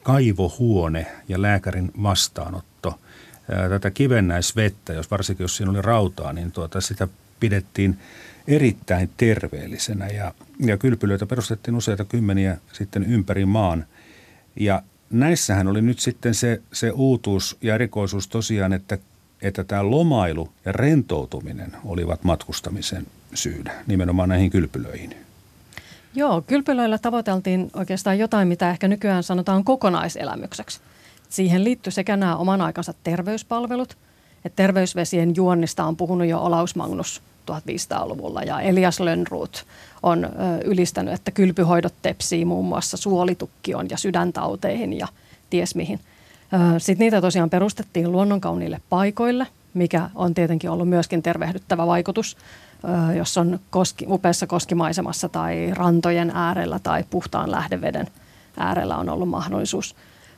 kaivohuone ja lääkärin vastaanotto. Tätä kivennäisvettä, jos varsinkin jos siinä oli rautaa, niin tuota, sitä pidettiin erittäin terveellisenä ja, ja kylpylöitä perustettiin useita kymmeniä sitten ympäri maan. Ja näissähän oli nyt sitten se, se uutuus ja erikoisuus tosiaan, että, että tämä lomailu ja rentoutuminen olivat matkustamisen syynä, nimenomaan näihin kylpylöihin. Joo, kylpylöillä tavoiteltiin oikeastaan jotain, mitä ehkä nykyään sanotaan kokonaiselämykseksi. Siihen liittyy sekä nämä oman aikansa terveyspalvelut, että terveysvesien juonnista on puhunut jo Olaus Magnus tuhatviisisataaluvulla ja Elias Lönnroth on ö, ylistänyt, että kylpyhoidot tepsii muun muassa suolitukkioon ja sydäntauteihin ja ties mihin. Sitten niitä tosiaan perustettiin luonnonkauniille paikoille, mikä on tietenkin ollut myöskin tervehdyttävä vaikutus, ö, jos on koski, upeassa koskimaisemassa tai rantojen äärellä tai puhtaan lähdeveden äärellä on ollut mahdollisuus.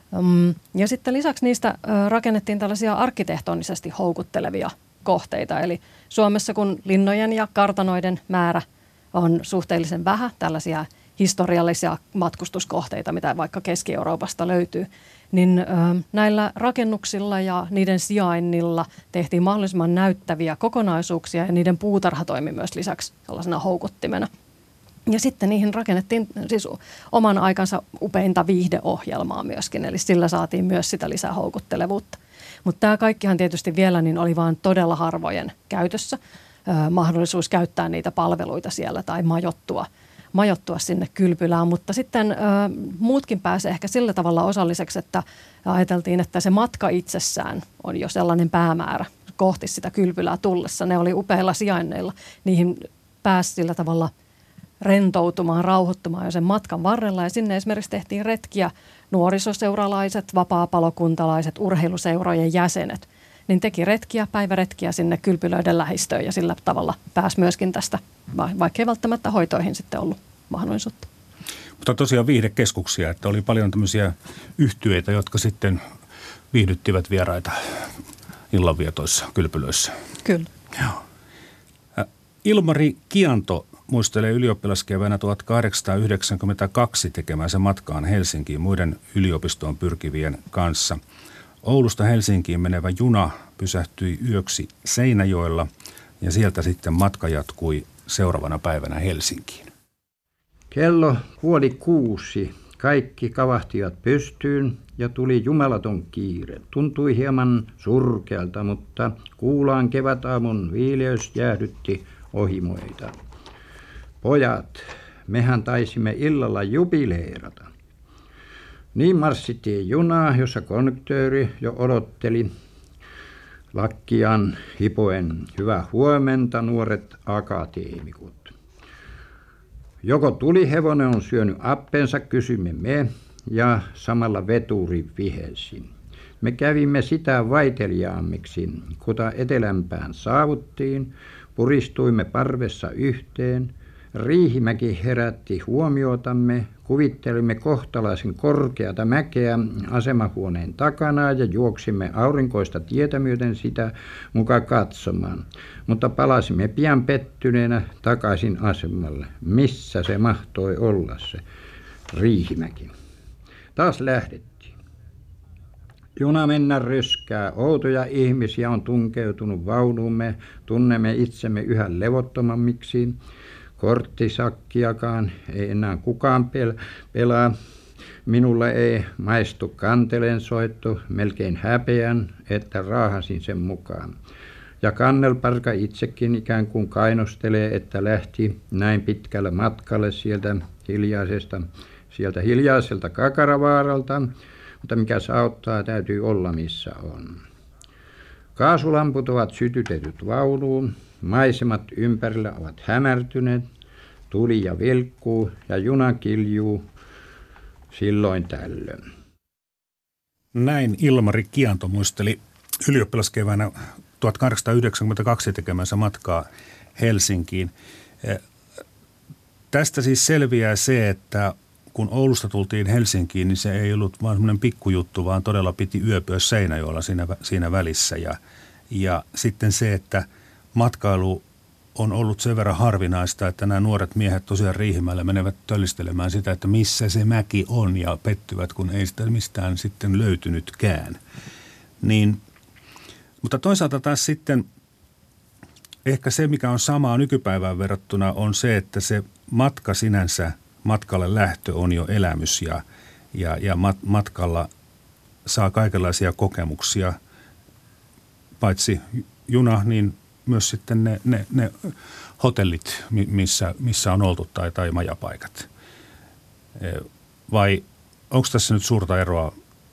Ja sitten lisäksi niistä rakennettiin tällaisia arkkitehtonisesti houkuttelevia kohteita. Eli Suomessa kun linnojen ja kartanoiden määrä on suhteellisen vähän, tällaisia historiallisia matkustuskohteita, mitä vaikka Keski-Euroopasta löytyy, niin näillä rakennuksilla ja niiden sijainnilla tehtiin mahdollisimman näyttäviä kokonaisuuksia ja niiden puutarha toimi myös lisäksi sellaisena houkuttimena. Ja sitten niihin rakennettiin siis oman aikansa upeinta viihdeohjelmaa myöskin, eli sillä saatiin myös sitä lisää houkuttelevuutta. Mutta tämä kaikkihan tietysti vielä niin oli vain todella harvojen käytössä, ö, mahdollisuus käyttää niitä palveluita siellä tai majoittua, majoittua sinne kylpylään. Mutta sitten ö, muutkin pääsee ehkä sillä tavalla osalliseksi, että ajateltiin, että se matka itsessään on jo sellainen päämäärä kohti sitä kylpylää tullessa. Ne oli upeilla sijainneilla, niihin pääsi sillä tavalla rentoutumaan, rauhoittumaan jo sen matkan varrella. Ja sinne esimerkiksi tehtiin retkiä nuorisoseuralaiset, vapaapalokuntalaiset, urheiluseurojen jäsenet. Niin teki retkiä, päiväretkiä sinne kylpylöiden lähistöön ja sillä tavalla pääsi myöskin tästä, vaikka ei välttämättä hoitoihin sitten ollut mahdollisuutta. Mutta tosiaan viihdekeskuksia, että oli paljon tämmöisiä yhtyeitä, jotka sitten viihdyttivät vieraita illanvietoissa, kylpylöissä. Kyllä. Joo. Ilmari Kianto muistelee ylioppilaskeväänä tuhatkahdeksansataayhdeksänkymmentäkaksi tekemänsä matkaan Helsinkiin muiden yliopistoon pyrkivien kanssa. Oulusta Helsinkiin menevä juna pysähtyi yöksi Seinäjoella ja sieltä sitten matka jatkui seuraavana päivänä Helsinkiin. Kello puoli kuusi. Kaikki kavahtivat pystyyn ja tuli jumalaton kiire. Tuntui hieman surkealta, mutta kuulaan kevätaamun viileys jäähdytti ohimoita. Pojat, mehän taisimme illalla jubileerata. Niin marssittiin junaa, jossa konduktööri jo odotteli lakkiaan hipoen. Hyvää huomenta, nuoret akateemikot. Joko tulihevonen on syönyt appensa, kysymme me, ja samalla veturi vihesi. Me kävimme sitä vaiteliaammiksi, kuta etelämpään saavuttiin, puristuimme parvessa yhteen. Riihimäki herätti huomiotamme, kuvittelimme kohtalaisen korkeata mäkeä asemahuoneen takana ja juoksimme aurinkoista tietä myöten sitä mukaan katsomaan. Mutta palasimme pian pettyneenä takaisin asemalle. Missä se mahtoi olla se Riihimäki? Taas lähdettiin. Juna mennä ryskää. Outoja ihmisiä on tunkeutunut vaunuumme. Tunnemme itsemme yhä levottomammiksi. Korttisakkiakaan ei enää kukaan pel- pelaa. Minulle ei maistu kantelen soitto, melkein häpeän, että raahasin sen mukaan. Ja Kannelparka itsekin ikään kuin kainostelee, että lähti näin pitkälle matkalle sieltä hiljaisesta, sieltä hiljaiselta Kakaravaaralta, mutta mikä se auttaa, täytyy olla missä on. Kaasulamput ovat sytytetyt vaunuun, maisemat ympärillä ovat hämärtyneet, tuli ja vilkkuu ja juna kiljuu silloin tällöin. Näin Ilmari Kianto muisteli ylioppilaskeväänä tuhatkahdeksansataayhdeksänkymmentäkaksi tekemänsä matkaa Helsinkiin. Tästä siis selviää se, että kun Oulusta tultiin Helsinkiin, niin se ei ollut vain semmoinen pikkujuttu, vaan todella piti yöpyä Seinäjoella siinä, siinä välissä. Ja, ja sitten se, että matkailu on ollut sen verran harvinaista, että nämä nuoret miehet tosiaan Riihimäellä menevät töllistelemään sitä, että missä se mäki on ja pettyvät, kun ei sitä mistään sitten löytynytkään. Niin, mutta toisaalta taas sitten ehkä se, mikä on samaa nykypäivään verrattuna, on se, että se matka sinänsä, matkalle lähtö on jo elämys ja, ja, ja mat, matkalla saa kaikenlaisia kokemuksia, paitsi juna, niin myös sitten ne, ne, ne hotellit, missä, missä on oltu tai, tai majapaikat. Vai onko tässä nyt suurta eroa,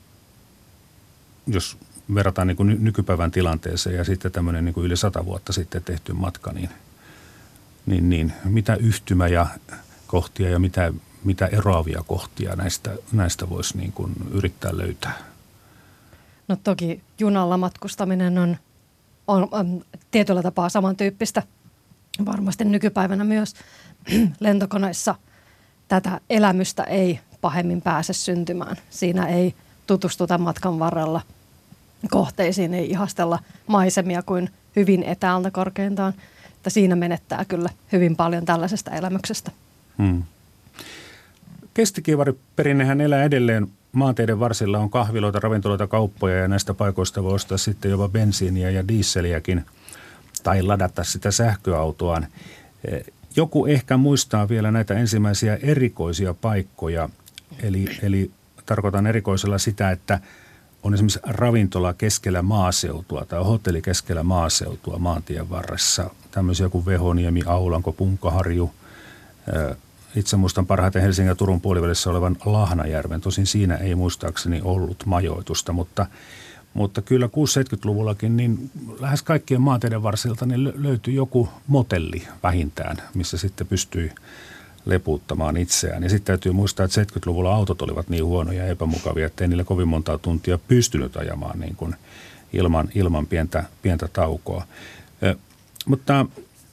jos verrataan niin kuin nykypäivän tilanteeseen ja sitten tämmöinen niin kuin yli sata vuotta sitten tehty matka, niin, niin, niin mitä yhtymä ja kohtia ja mitä, mitä eroavia kohtia näistä, näistä voisi niin kuin yrittää löytää? No toki junalla matkustaminen on, on, on tietyllä tapaa samantyyppistä. Varmasti nykypäivänä myös lentokoneissa tätä elämystä ei pahemmin pääse syntymään. Siinä ei tutustuta matkan varrella kohteisiin, ei ihastella maisemia kuin hyvin etäältä korkeintaan. Että siinä menettää kyllä hyvin paljon tällaisesta elämyksestä. Hmm. Kestikievariperinnehän elää edelleen. Maanteiden varsilla on kahviloita, ravintoloita, kauppoja ja näistä paikoista voi ostaa sitten jopa bensiiniä ja dieseliäkin tai ladata sitä sähköautoaan. Joku ehkä muistaa vielä näitä ensimmäisiä erikoisia paikkoja, eli, eli tarkoitan erikoisella sitä, että on esimerkiksi ravintola keskellä maaseutua tai hotelli keskellä maaseutua maantien varressa. Tämmöisiä kuin Vehoniemi, Aulanko, Punkaharju. Itse muistan parhaiten Helsingin ja Turun puolivälissä olevan Lahnajärven. Tosin siinä ei muistaakseni ollut majoitusta, mutta, mutta kyllä kuusikymmentä-seitsemänkymmentäluvullakin niin lähes kaikkien maanteiden varsilta niin löytyi joku motelli vähintään, missä sitten pystyi lepuuttamaan itseään. Ja sitten täytyy muistaa, että seitsemänkymmentäluvulla autot olivat niin huonoja ja epämukavia, että ei niillä kovin montaa tuntia pystynyt ajamaan niin kuin ilman, ilman pientä, pientä taukoa. Ö, mutta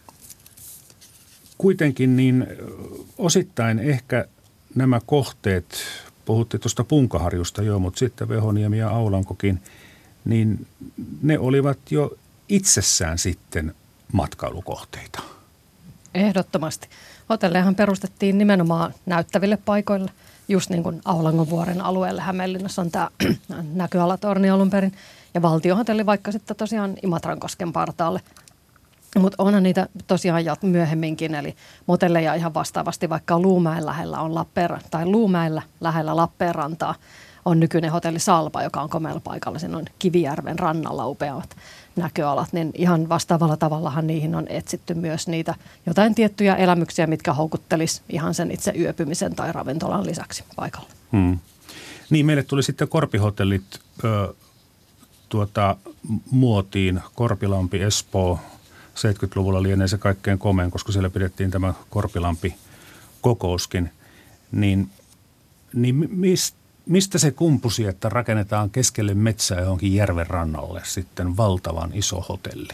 kuitenkin niin osittain ehkä nämä kohteet, puhuttiin tuosta Punkaharjusta jo, mutta sitten Vehoniemi ja Aulankokin, niin ne olivat jo itsessään sitten matkailukohteita. Ehdottomasti. Hotellejahan perustettiin nimenomaan näyttäville paikoille. Just niin kuin Aulangonvuoren alueelle Hämeenlinnassa on tämä näköalatorni alun perin. Ja valtiohotelli vaikka sitten tosiaan Imatrankosken partaalle. Mutta onhan niitä tosiaan jo myöhemminkin, eli motelleja ihan vastaavasti, vaikka Luumäen lähellä on Lappeenra- tai Luumäellä lähellä Lappeenrantaa on nykyinen hotelli Salpa, joka on komealla paikalla. Siinä on Kivijärven rannalla upeat näköalat, niin ihan vastaavalla tavallahan niihin on etsitty myös niitä jotain tiettyjä elämyksiä, mitkä houkuttelisi ihan sen itse yöpymisen tai ravintolan lisäksi paikalle. Hmm. Niin, meille tuli sitten korpihotellit ö, tuota, muotiin, Korpilampi, Espoo. seitsemänkymmentäluvulla lienee se kaikkein komeen, koska siellä pidettiin tämä Korpilampi-kokouskin. Niin, niin mist, mistä se kumpusi, että rakennetaan keskelle metsää johonkin järven rannalle sitten valtavan iso hotelli?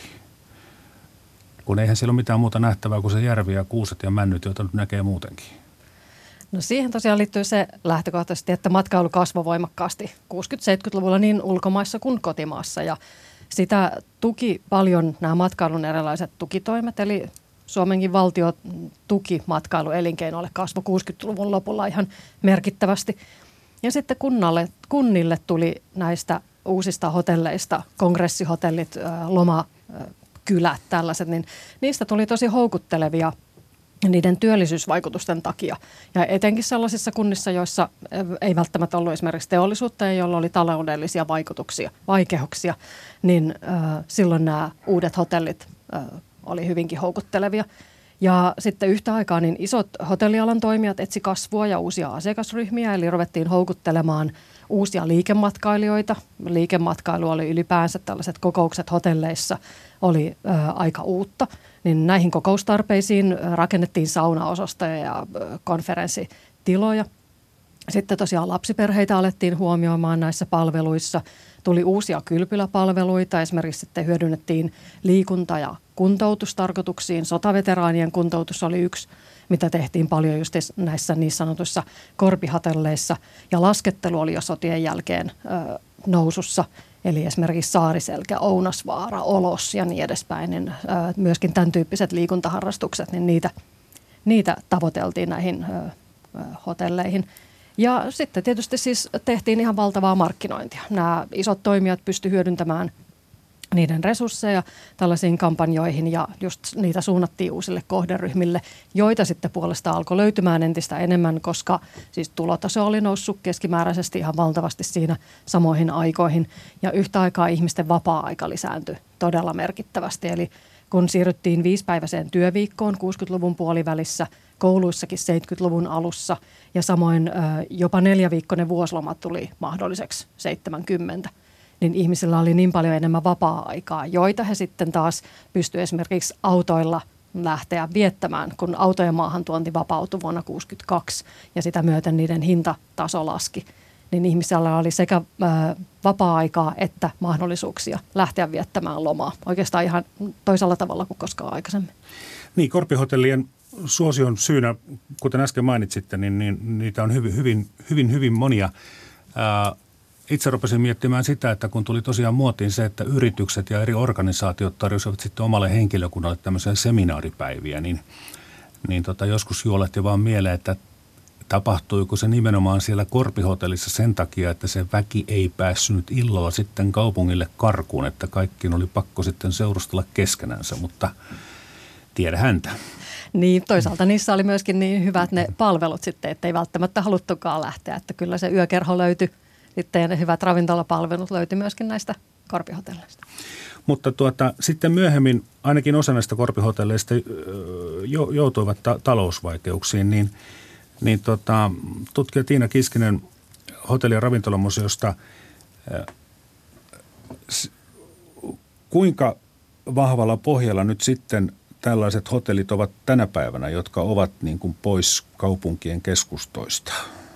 Kun eihän siellä ole mitään muuta nähtävää kuin se järvi ja kuuset ja männyt, joita nyt näkee muutenkin. No siihen tosiaan liittyy se lähtökohtaisesti, että matkailu kasvoi voimakkaasti kuusikymmentä-seitsemänkymmentäluvulla niin ulkomaissa kuin kotimaassa ja sitä tuki paljon nämä matkailun erilaiset tukitoimet, eli Suomenkin valtio tuki matkailuelinkeinoille kasvoi kuusikymmentäluvun lopulla ihan merkittävästi. Ja sitten kunnalle, kunnille tuli näistä uusista hotelleista, kongressihotellit, lomakylät, tällaiset, niin niistä tuli tosi houkuttelevia niiden työllisyysvaikutusten takia. Ja etenkin sellaisissa kunnissa, joissa ei välttämättä ollut esimerkiksi teollisuutta ja joilla oli taloudellisia vaikutuksia, vaikeuksia, niin äh, silloin nämä uudet hotellit äh, oli hyvinkin houkuttelevia. Ja sitten yhtä aikaa niin isot hotellialan toimijat etsi kasvua ja uusia asiakasryhmiä, eli ruvettiin houkuttelemaan uusia liikematkailijoita. Liikematkailu oli ylipäänsä tällaiset kokoukset hotelleissa oli ä, aika uutta, niin näihin kokoustarpeisiin rakennettiin saunaosastoja ja ä, konferenssitiloja. Sitten tosiaan lapsiperheitä alettiin huomioimaan näissä palveluissa. Tuli uusia kylpyläpalveluita, esimerkiksi sitten hyödynnettiin liikunta- ja kuntoutustarkoituksiin. Sotaveteraanien kuntoutus oli yksi, mitä tehtiin paljon just näissä niin sanotuissa korpihotelleissa. Ja laskettelu oli jo sotien jälkeen ö, nousussa, eli esimerkiksi Saariselkä, Ounasvaara, Olos ja niin edespäin, niin myöskin tämän tyyppiset liikuntaharrastukset, niin niitä, niitä tavoiteltiin näihin hotelleihin. Ja sitten tietysti siis tehtiin ihan valtavaa markkinointia. Nämä isot toimijat pystyivät hyödyntämään niiden resursseja tällaisiin kampanjoihin ja just niitä suunnattiin uusille kohderyhmille, joita sitten puolestaan alkoi löytymään entistä enemmän, koska siis tulotaso oli noussut keskimääräisesti ihan valtavasti siinä samoihin aikoihin ja yhtä aikaa ihmisten vapaa-aika lisääntyi todella merkittävästi. Eli kun siirryttiin viisipäiväiseen työviikkoon kuusikymmentäluvun puolivälissä, kouluissakin seitsemänkymmentäluvun alussa ja samoin jopa neljäviikkoinen vuosiloma tuli mahdolliseksi seitsemänkymmentä. Niin ihmisillä oli niin paljon enemmän vapaa-aikaa, joita he sitten taas pystyivät esimerkiksi autoilla lähteä viettämään, kun autojen maahantuonti vapautui vuonna tuhatyhdeksänsataakuusikymmentäkaksi ja sitä myöten niiden hintataso laski. Niin ihmisillä oli sekä ää, vapaa-aikaa että mahdollisuuksia lähteä viettämään lomaa. Oikeastaan ihan toisella tavalla kuin koskaan aikaisemmin. Niin, korppihotellien suosion syynä, kuten äsken mainitsitte, niin, niin niitä on hyvin, hyvin, hyvin, hyvin monia. Ää, Itse rupesin miettimään sitä, että kun tuli tosiaan muotiin se, että yritykset ja eri organisaatiot tarjosivat sitten omalle henkilökunnalle tämmöisiä seminaaripäiviä, niin, niin tota, joskus juolehti vaan mieleen, että tapahtuiko se nimenomaan siellä korppihotellissa sen takia, että se väki ei päässyt illalla sitten kaupungille karkuun, että kaikkiin oli pakko sitten seurustella keskenänsä, mutta tiedä häntä. Niin, toisaalta niissä oli myöskin niin hyvät ne palvelut sitten, että ei välttämättä haluttukaan lähteä, että kyllä se yökerho löytyi. Sitten ne hyvät ravintolapalvelut löytyi myöskin näistä korpihotelleista. Mutta tuota, sitten myöhemmin ainakin osa näistä korpihotelleista jo, joutuivat ta- talousvaikeuksiin, niin, niin tota, tutkija Tiina Kiskinen hotelli- ja ravintolamuseosta, kuinka vahvalla pohjalla nyt sitten tällaiset hotellit ovat tänä päivänä, jotka ovat niin kuin pois kaupunkien keskustoista?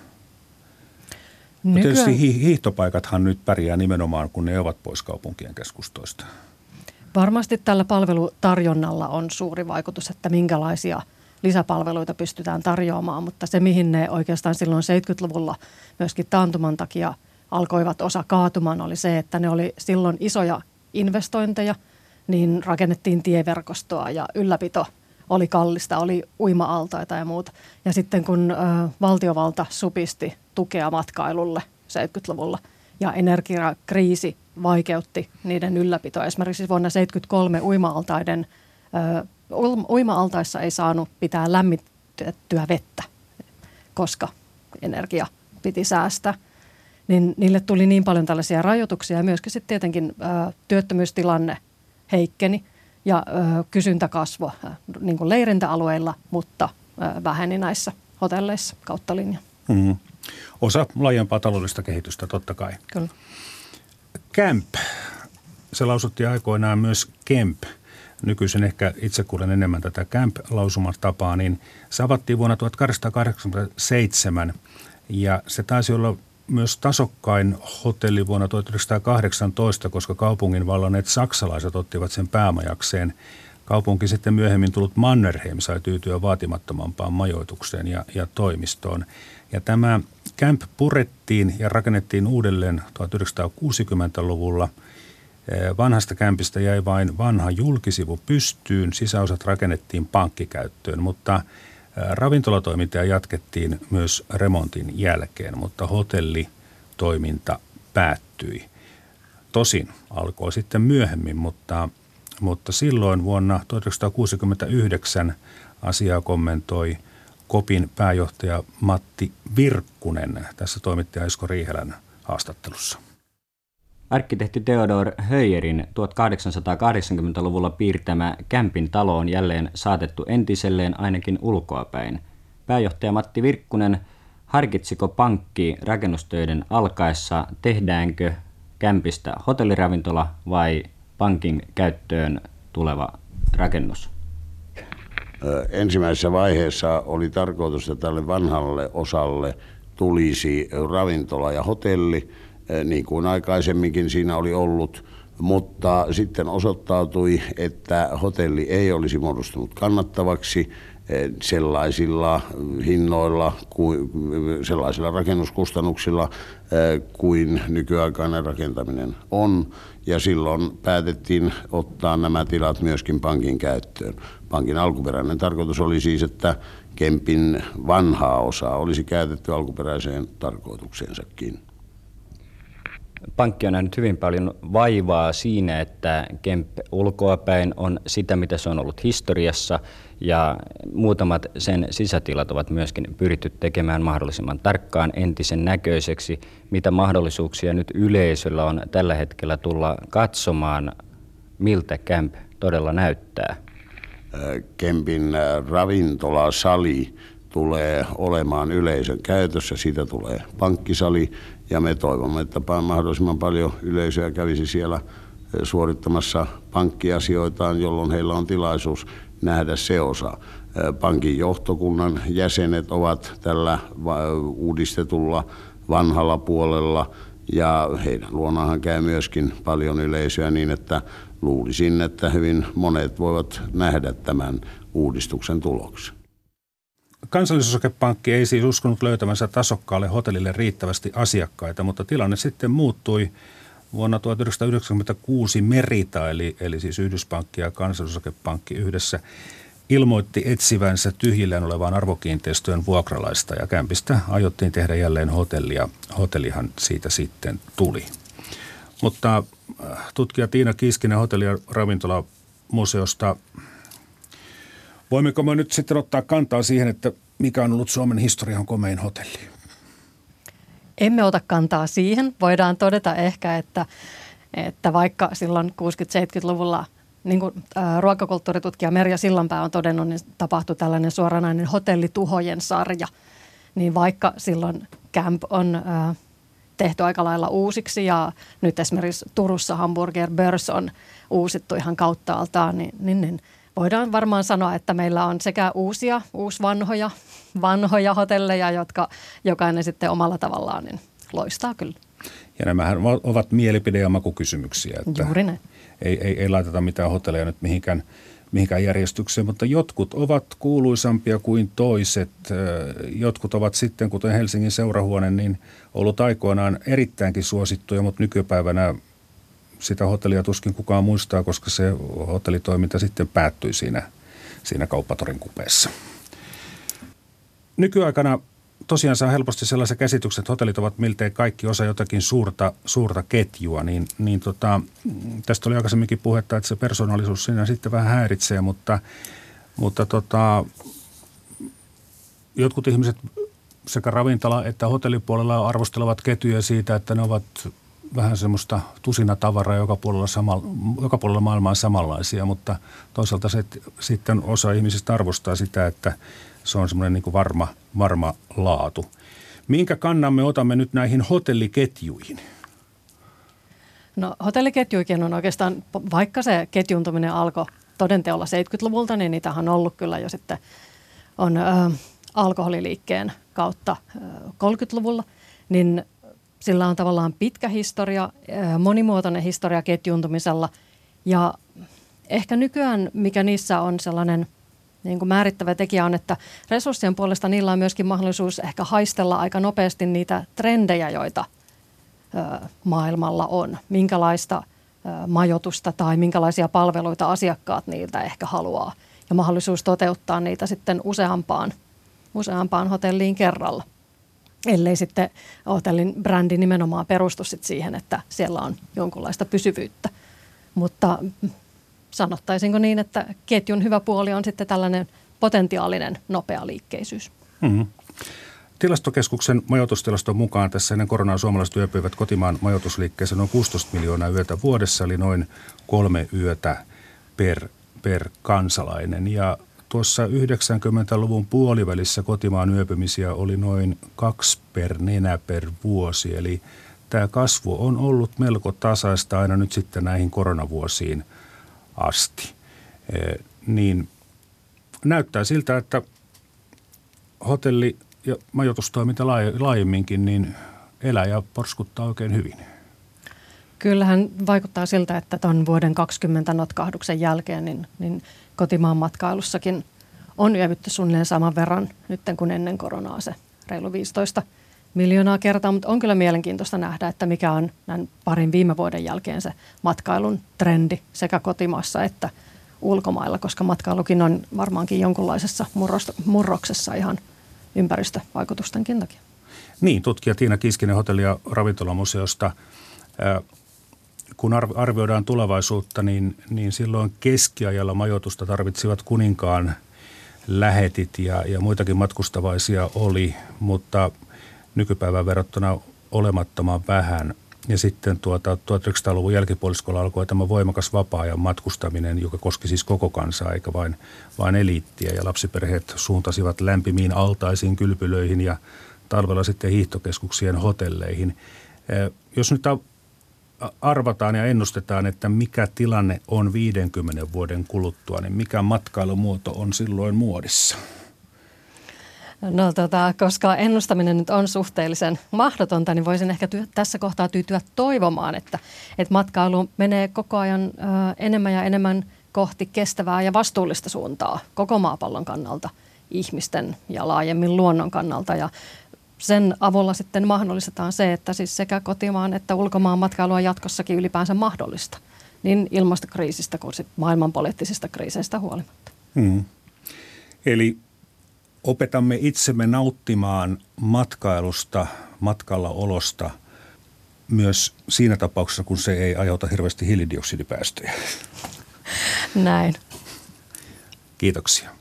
Nykyään... Tietysti hiihtopaikathan nyt pärjää nimenomaan, kun ne ovat pois kaupunkien keskustoista. Varmasti tällä palvelutarjonnalla on suuri vaikutus, että minkälaisia lisäpalveluita pystytään tarjoamaan, mutta se mihin ne oikeastaan silloin seitsemänkymmentäluvulla myöskin taantuman takia alkoivat osa kaatumaan oli se, että ne oli silloin isoja investointeja, niin rakennettiin tieverkostoa ja ylläpito oli kallista, oli uima-altaita ja muuta. Ja sitten kun ö, valtiovalta supisti tukea matkailulle seitsemänkymmentäluvulla ja energiakriisi vaikeutti niiden ylläpitoa. Esimerkiksi vuonna seitsemänkymmentäkolme uima-altaiden, ö, uima-altaissa ei saanut pitää lämmitettyä vettä, koska energia piti säästää. Niin niille tuli niin paljon tällaisia rajoituksia ja myöskin sitten tietenkin ö, työttömyystilanne heikkeni. Ja ö, kysyntä kasvoi ö, niin kuin leirintäalueilla, mutta ö, väheni näissä hotelleissa kautta linjan. Mm-hmm. Osa laajempaa taloudellista kehitystä totta kai. Kyllä. Camp. Se lausuttiin aikoinaan myös Kemp. Nykyisin ehkä itse kuulen enemmän tätä Camp-lausumatapaa, niin se avattiin vuonna tuhatkahdeksansataakahdeksankymmentäseitsemän ja se taisi olla myös tasokkain hotelli vuonna tuhatyhdeksänsataakahdeksantoista, koska kaupungin vallanneet saksalaiset ottivat sen päämajakseen. Kaupunki sitten myöhemmin tullut Mannerheim sai tyytyä vaatimattomampaan majoitukseen ja, ja toimistoon. Ja tämä Camp purettiin ja rakennettiin uudelleen tuhatyhdeksänsataakuusikymmentäluvulla. Vanhasta kämpistä jäi vain vanha julkisivu pystyyn, sisäosat rakennettiin pankkikäyttöön, mutta ravintolatoimintaa jatkettiin myös remontin jälkeen, mutta hotellitoiminta päättyi. Tosin alkoi sitten myöhemmin, mutta, mutta silloin vuonna tuhatyhdeksänsataakuusikymmentäyhdeksän asiaa kommentoi Kopin pääjohtaja Matti Virkkunen tässä toimittaja Esko Riihelän haastattelussa. Arkkitehti Theodor Höyerin tuhatkahdeksansataakahdeksankymmentäluvulla piirtämä Kämpin talo on jälleen saatettu entiselleen ainakin ulkoapäin. Pääjohtaja Matti Virkkunen, harkitsiko pankki rakennustöiden alkaessa, tehdäänkö Kämpistä hotelliravintola vai pankin käyttöön tuleva rakennus? Ensimmäisessä vaiheessa oli tarkoitus, että tälle vanhalle osalle tulisi ravintola ja hotelli, niin kuin aikaisemminkin siinä oli ollut, mutta sitten osoittautui, että hotelli ei olisi muodostunut kannattavaksi sellaisilla hinnoilla, sellaisilla rakennuskustannuksilla kuin nykyaikainen rakentaminen on. Ja silloin päätettiin ottaa nämä tilat myöskin pankin käyttöön. Pankin alkuperäinen tarkoitus oli siis, että Kempin vanhaa osaa olisi käytetty alkuperäiseen tarkoitukseensakin. Pankki on nähnyt hyvin paljon vaivaa siinä, että Kemp ulkoapäin on sitä, mitä se on ollut historiassa, ja muutamat sen sisätilat ovat myöskin pyritty tekemään mahdollisimman tarkkaan entisen näköiseksi. Mitä mahdollisuuksia nyt yleisöllä on tällä hetkellä tulla katsomaan, miltä Kemp todella näyttää? Kempin ravintolasali tulee olemaan yleisön käytössä, siitä tulee pankkisali, ja me toivomme, että mahdollisimman paljon yleisöä kävisi siellä suorittamassa pankkiasioitaan, jolloin heillä on tilaisuus nähdä se osa. Pankin johtokunnan jäsenet ovat tällä uudistetulla vanhalla puolella, ja heidän luonaanhan käy myöskin paljon yleisöä niin, että luulisin, että hyvin monet voivat nähdä tämän uudistuksen tuloksen. Kansallisosakepankki ei siis uskonut löytämänsä tasokkaalle hotellille riittävästi asiakkaita, mutta tilanne sitten muuttui vuonna tuhatyhdeksänsataayhdeksänkymmentäkuusi Merita, eli, eli siis Yhdyspankki ja Kansallisosakepankki yhdessä ilmoitti etsivänsä tyhjillään olevaan arvokiinteistöön vuokralaista, ja Kämpistä aiottiin tehdä jälleen hotellia. Hotellihan siitä sitten tuli. Mutta tutkija Tiina Kiiskinen hotelli- ja ravintolamuseosta, voimmeko me nyt sitten ottaa kantaa siihen, että mikä on ollut Suomen historian komein hotelli? Emme ota kantaa siihen. Voidaan todeta ehkä, että, että vaikka silloin kuusikymmentä-seitsemänkymmentäluvulla, niin kuin ä, ruokakulttuuritutkija Merja Sillanpää on todennut, niin tapahtui tällainen suoranainen hotellituhojen sarja. Niin vaikka silloin Camp on ä, tehty aika lailla uusiksi, ja nyt esimerkiksi Turussa Hamburger Börs on uusittu ihan kauttaaltaan, niin, niin, niin voidaan varmaan sanoa, että meillä on sekä uusia, uusvanhoja, vanhoja hotelleja, jotka jokainen sitten omalla tavallaan niin loistaa kyllä. Ja nämähän ovat mielipide- ja makukysymyksiä. Että juuri näin. Ei, ei, ei laiteta mitään hotelleja nyt mihinkään, mihinkään järjestykseen, mutta jotkut ovat kuuluisampia kuin toiset. Jotkut ovat sitten, kuten Helsingin Seurahuone, niin ollut aikoinaan erittäinkin suosittuja, mutta nykypäivänä sitä hotellia tuskin kukaan muistaa, koska se hotellitoiminta sitten päättyi siinä, siinä Kauppatorin kupeessa. Nykyaikana tosiaan saa helposti sellaisen käsityksen, että hotellit ovat miltei kaikki osa jotakin suurta, suurta ketjua, niin, niin tota, tästä oli aikaisemminkin puhetta, että se persoonallisuus siinä sitten vähän häiritsee, mutta, mutta tota, jotkut ihmiset sekä ravintola- että hotellipuolella arvostelevat ketjuja siitä, että ne ovat vähän semmoista tusinatavaraa, joka puolella, sama, joka puolella maailmaa samanlaisia, mutta toisaalta se, sitten osa ihmisistä arvostaa sitä, että se on semmoinen niin kuin varma, varma laatu. Minkä kannan me otamme nyt näihin hotelliketjuihin? No hotelliketjuikin on oikeastaan, vaikka se ketjuntuminen alkoi todenteolla seitsemänkymmentäluvulta, niin niitähän on ollut kyllä jo sitten on ö, alkoholiliikkeen kautta ö, kolmekymmentäluvulla, niin sillä on tavallaan pitkä historia, monimuotoinen historia ketjuntumisella, ja ehkä nykyään, mikä niissä on sellainen niin kuin määrittävä tekijä on, että resurssien puolesta niillä on myöskin mahdollisuus ehkä haistella aika nopeasti niitä trendejä, joita ö, maailmalla on. Minkälaista ö, majoitusta tai minkälaisia palveluita asiakkaat niiltä ehkä haluaa, ja mahdollisuus toteuttaa niitä sitten useampaan, useampaan hotelliin kerralla. Ellei sitten hotellin brändi nimenomaan perustu sit siihen, että siellä on jonkunlaista pysyvyyttä. Mutta sanottaisinko niin, että ketjun hyvä puoli on sitten tällainen potentiaalinen nopea liikkeisyys. Mm-hmm. Tilastokeskuksen majoitustilaston mukaan tässä ennen koronaa suomalaiset yöpyivät kotimaan majoitusliikkeessä noin kuusitoista miljoonaa yötä vuodessa, eli noin kolme yötä per, per kansalainen. Ja tuossa yhdeksänkymmentäluvun puolivälissä kotimaan yöpymisiä oli noin kaksi per nenä per vuosi, eli tämä kasvu on ollut melko tasaista aina nyt sitten näihin koronavuosiin asti. E, niin näyttää siltä, että hotelli- ja majoitustoiminta laajemminkin niin elää ja porskuttaa oikein hyvin. Kyllähän vaikuttaa siltä, että tuon vuoden kaksikymmentä notkahduksen jälkeen niin, niin kotimaan matkailussakin on yövytty suunnilleen saman verran nyt kuin ennen koronaa se reilu viisitoista miljoonaa kertaa, mutta on kyllä mielenkiintoista nähdä, että mikä on näin parin viime vuoden jälkeen se matkailun trendi sekä kotimaassa että ulkomailla, koska matkailukin on varmaankin jonkunlaisessa murroksessa ihan ympäristövaikutustenkin takia. Niin, tutkija Tiina Kiskinen Hotelli- ja Ravintolamuseosta. Kun arvioidaan tulevaisuutta, niin, niin silloin keskiajalla majoitusta tarvitsivat kuninkaan lähetit ja, ja muitakin matkustavaisia oli, mutta nykypäivän verrattuna olemattoman vähän. Ja sitten tuota, tuhatyhdeksänsataaluvun jälkipuoliskolla alkoi tämä voimakas vapaa-ajan matkustaminen, joka koski siis koko kansaa eikä vain, vain eliittiä. Ja lapsiperheet suuntasivat lämpimiin altaisiin, kylpylöihin ja talvella sitten hiihtokeskuksien hotelleihin. Jos nyt arvataan ja ennustetaan, että mikä tilanne on viidenkymmenen vuoden kuluttua, niin mikä matkailumuoto on silloin muodissa? No tota, koska ennustaminen nyt on suhteellisen mahdotonta, niin voisin ehkä ty- tässä kohtaa tyytyä toivomaan, että, että matkailu menee koko ajan ö, enemmän ja enemmän kohti kestävää ja vastuullista suuntaa koko maapallon kannalta, ihmisten ja laajemmin luonnon kannalta. Ja sen avulla sitten mahdollistetaan se, että siis sekä kotimaan että ulkomaan matkailu on jatkossakin ylipäänsä mahdollista, niin ilmastokriisistä kuin maailmanpoliittisista kriiseistä huolimatta. Hmm. Eli opetamme itsemme nauttimaan matkailusta, matkalla olosta myös siinä tapauksessa, kun se ei aiheuta hirveästi hiilidioksidipäästöjä. Näin. Kiitoksia.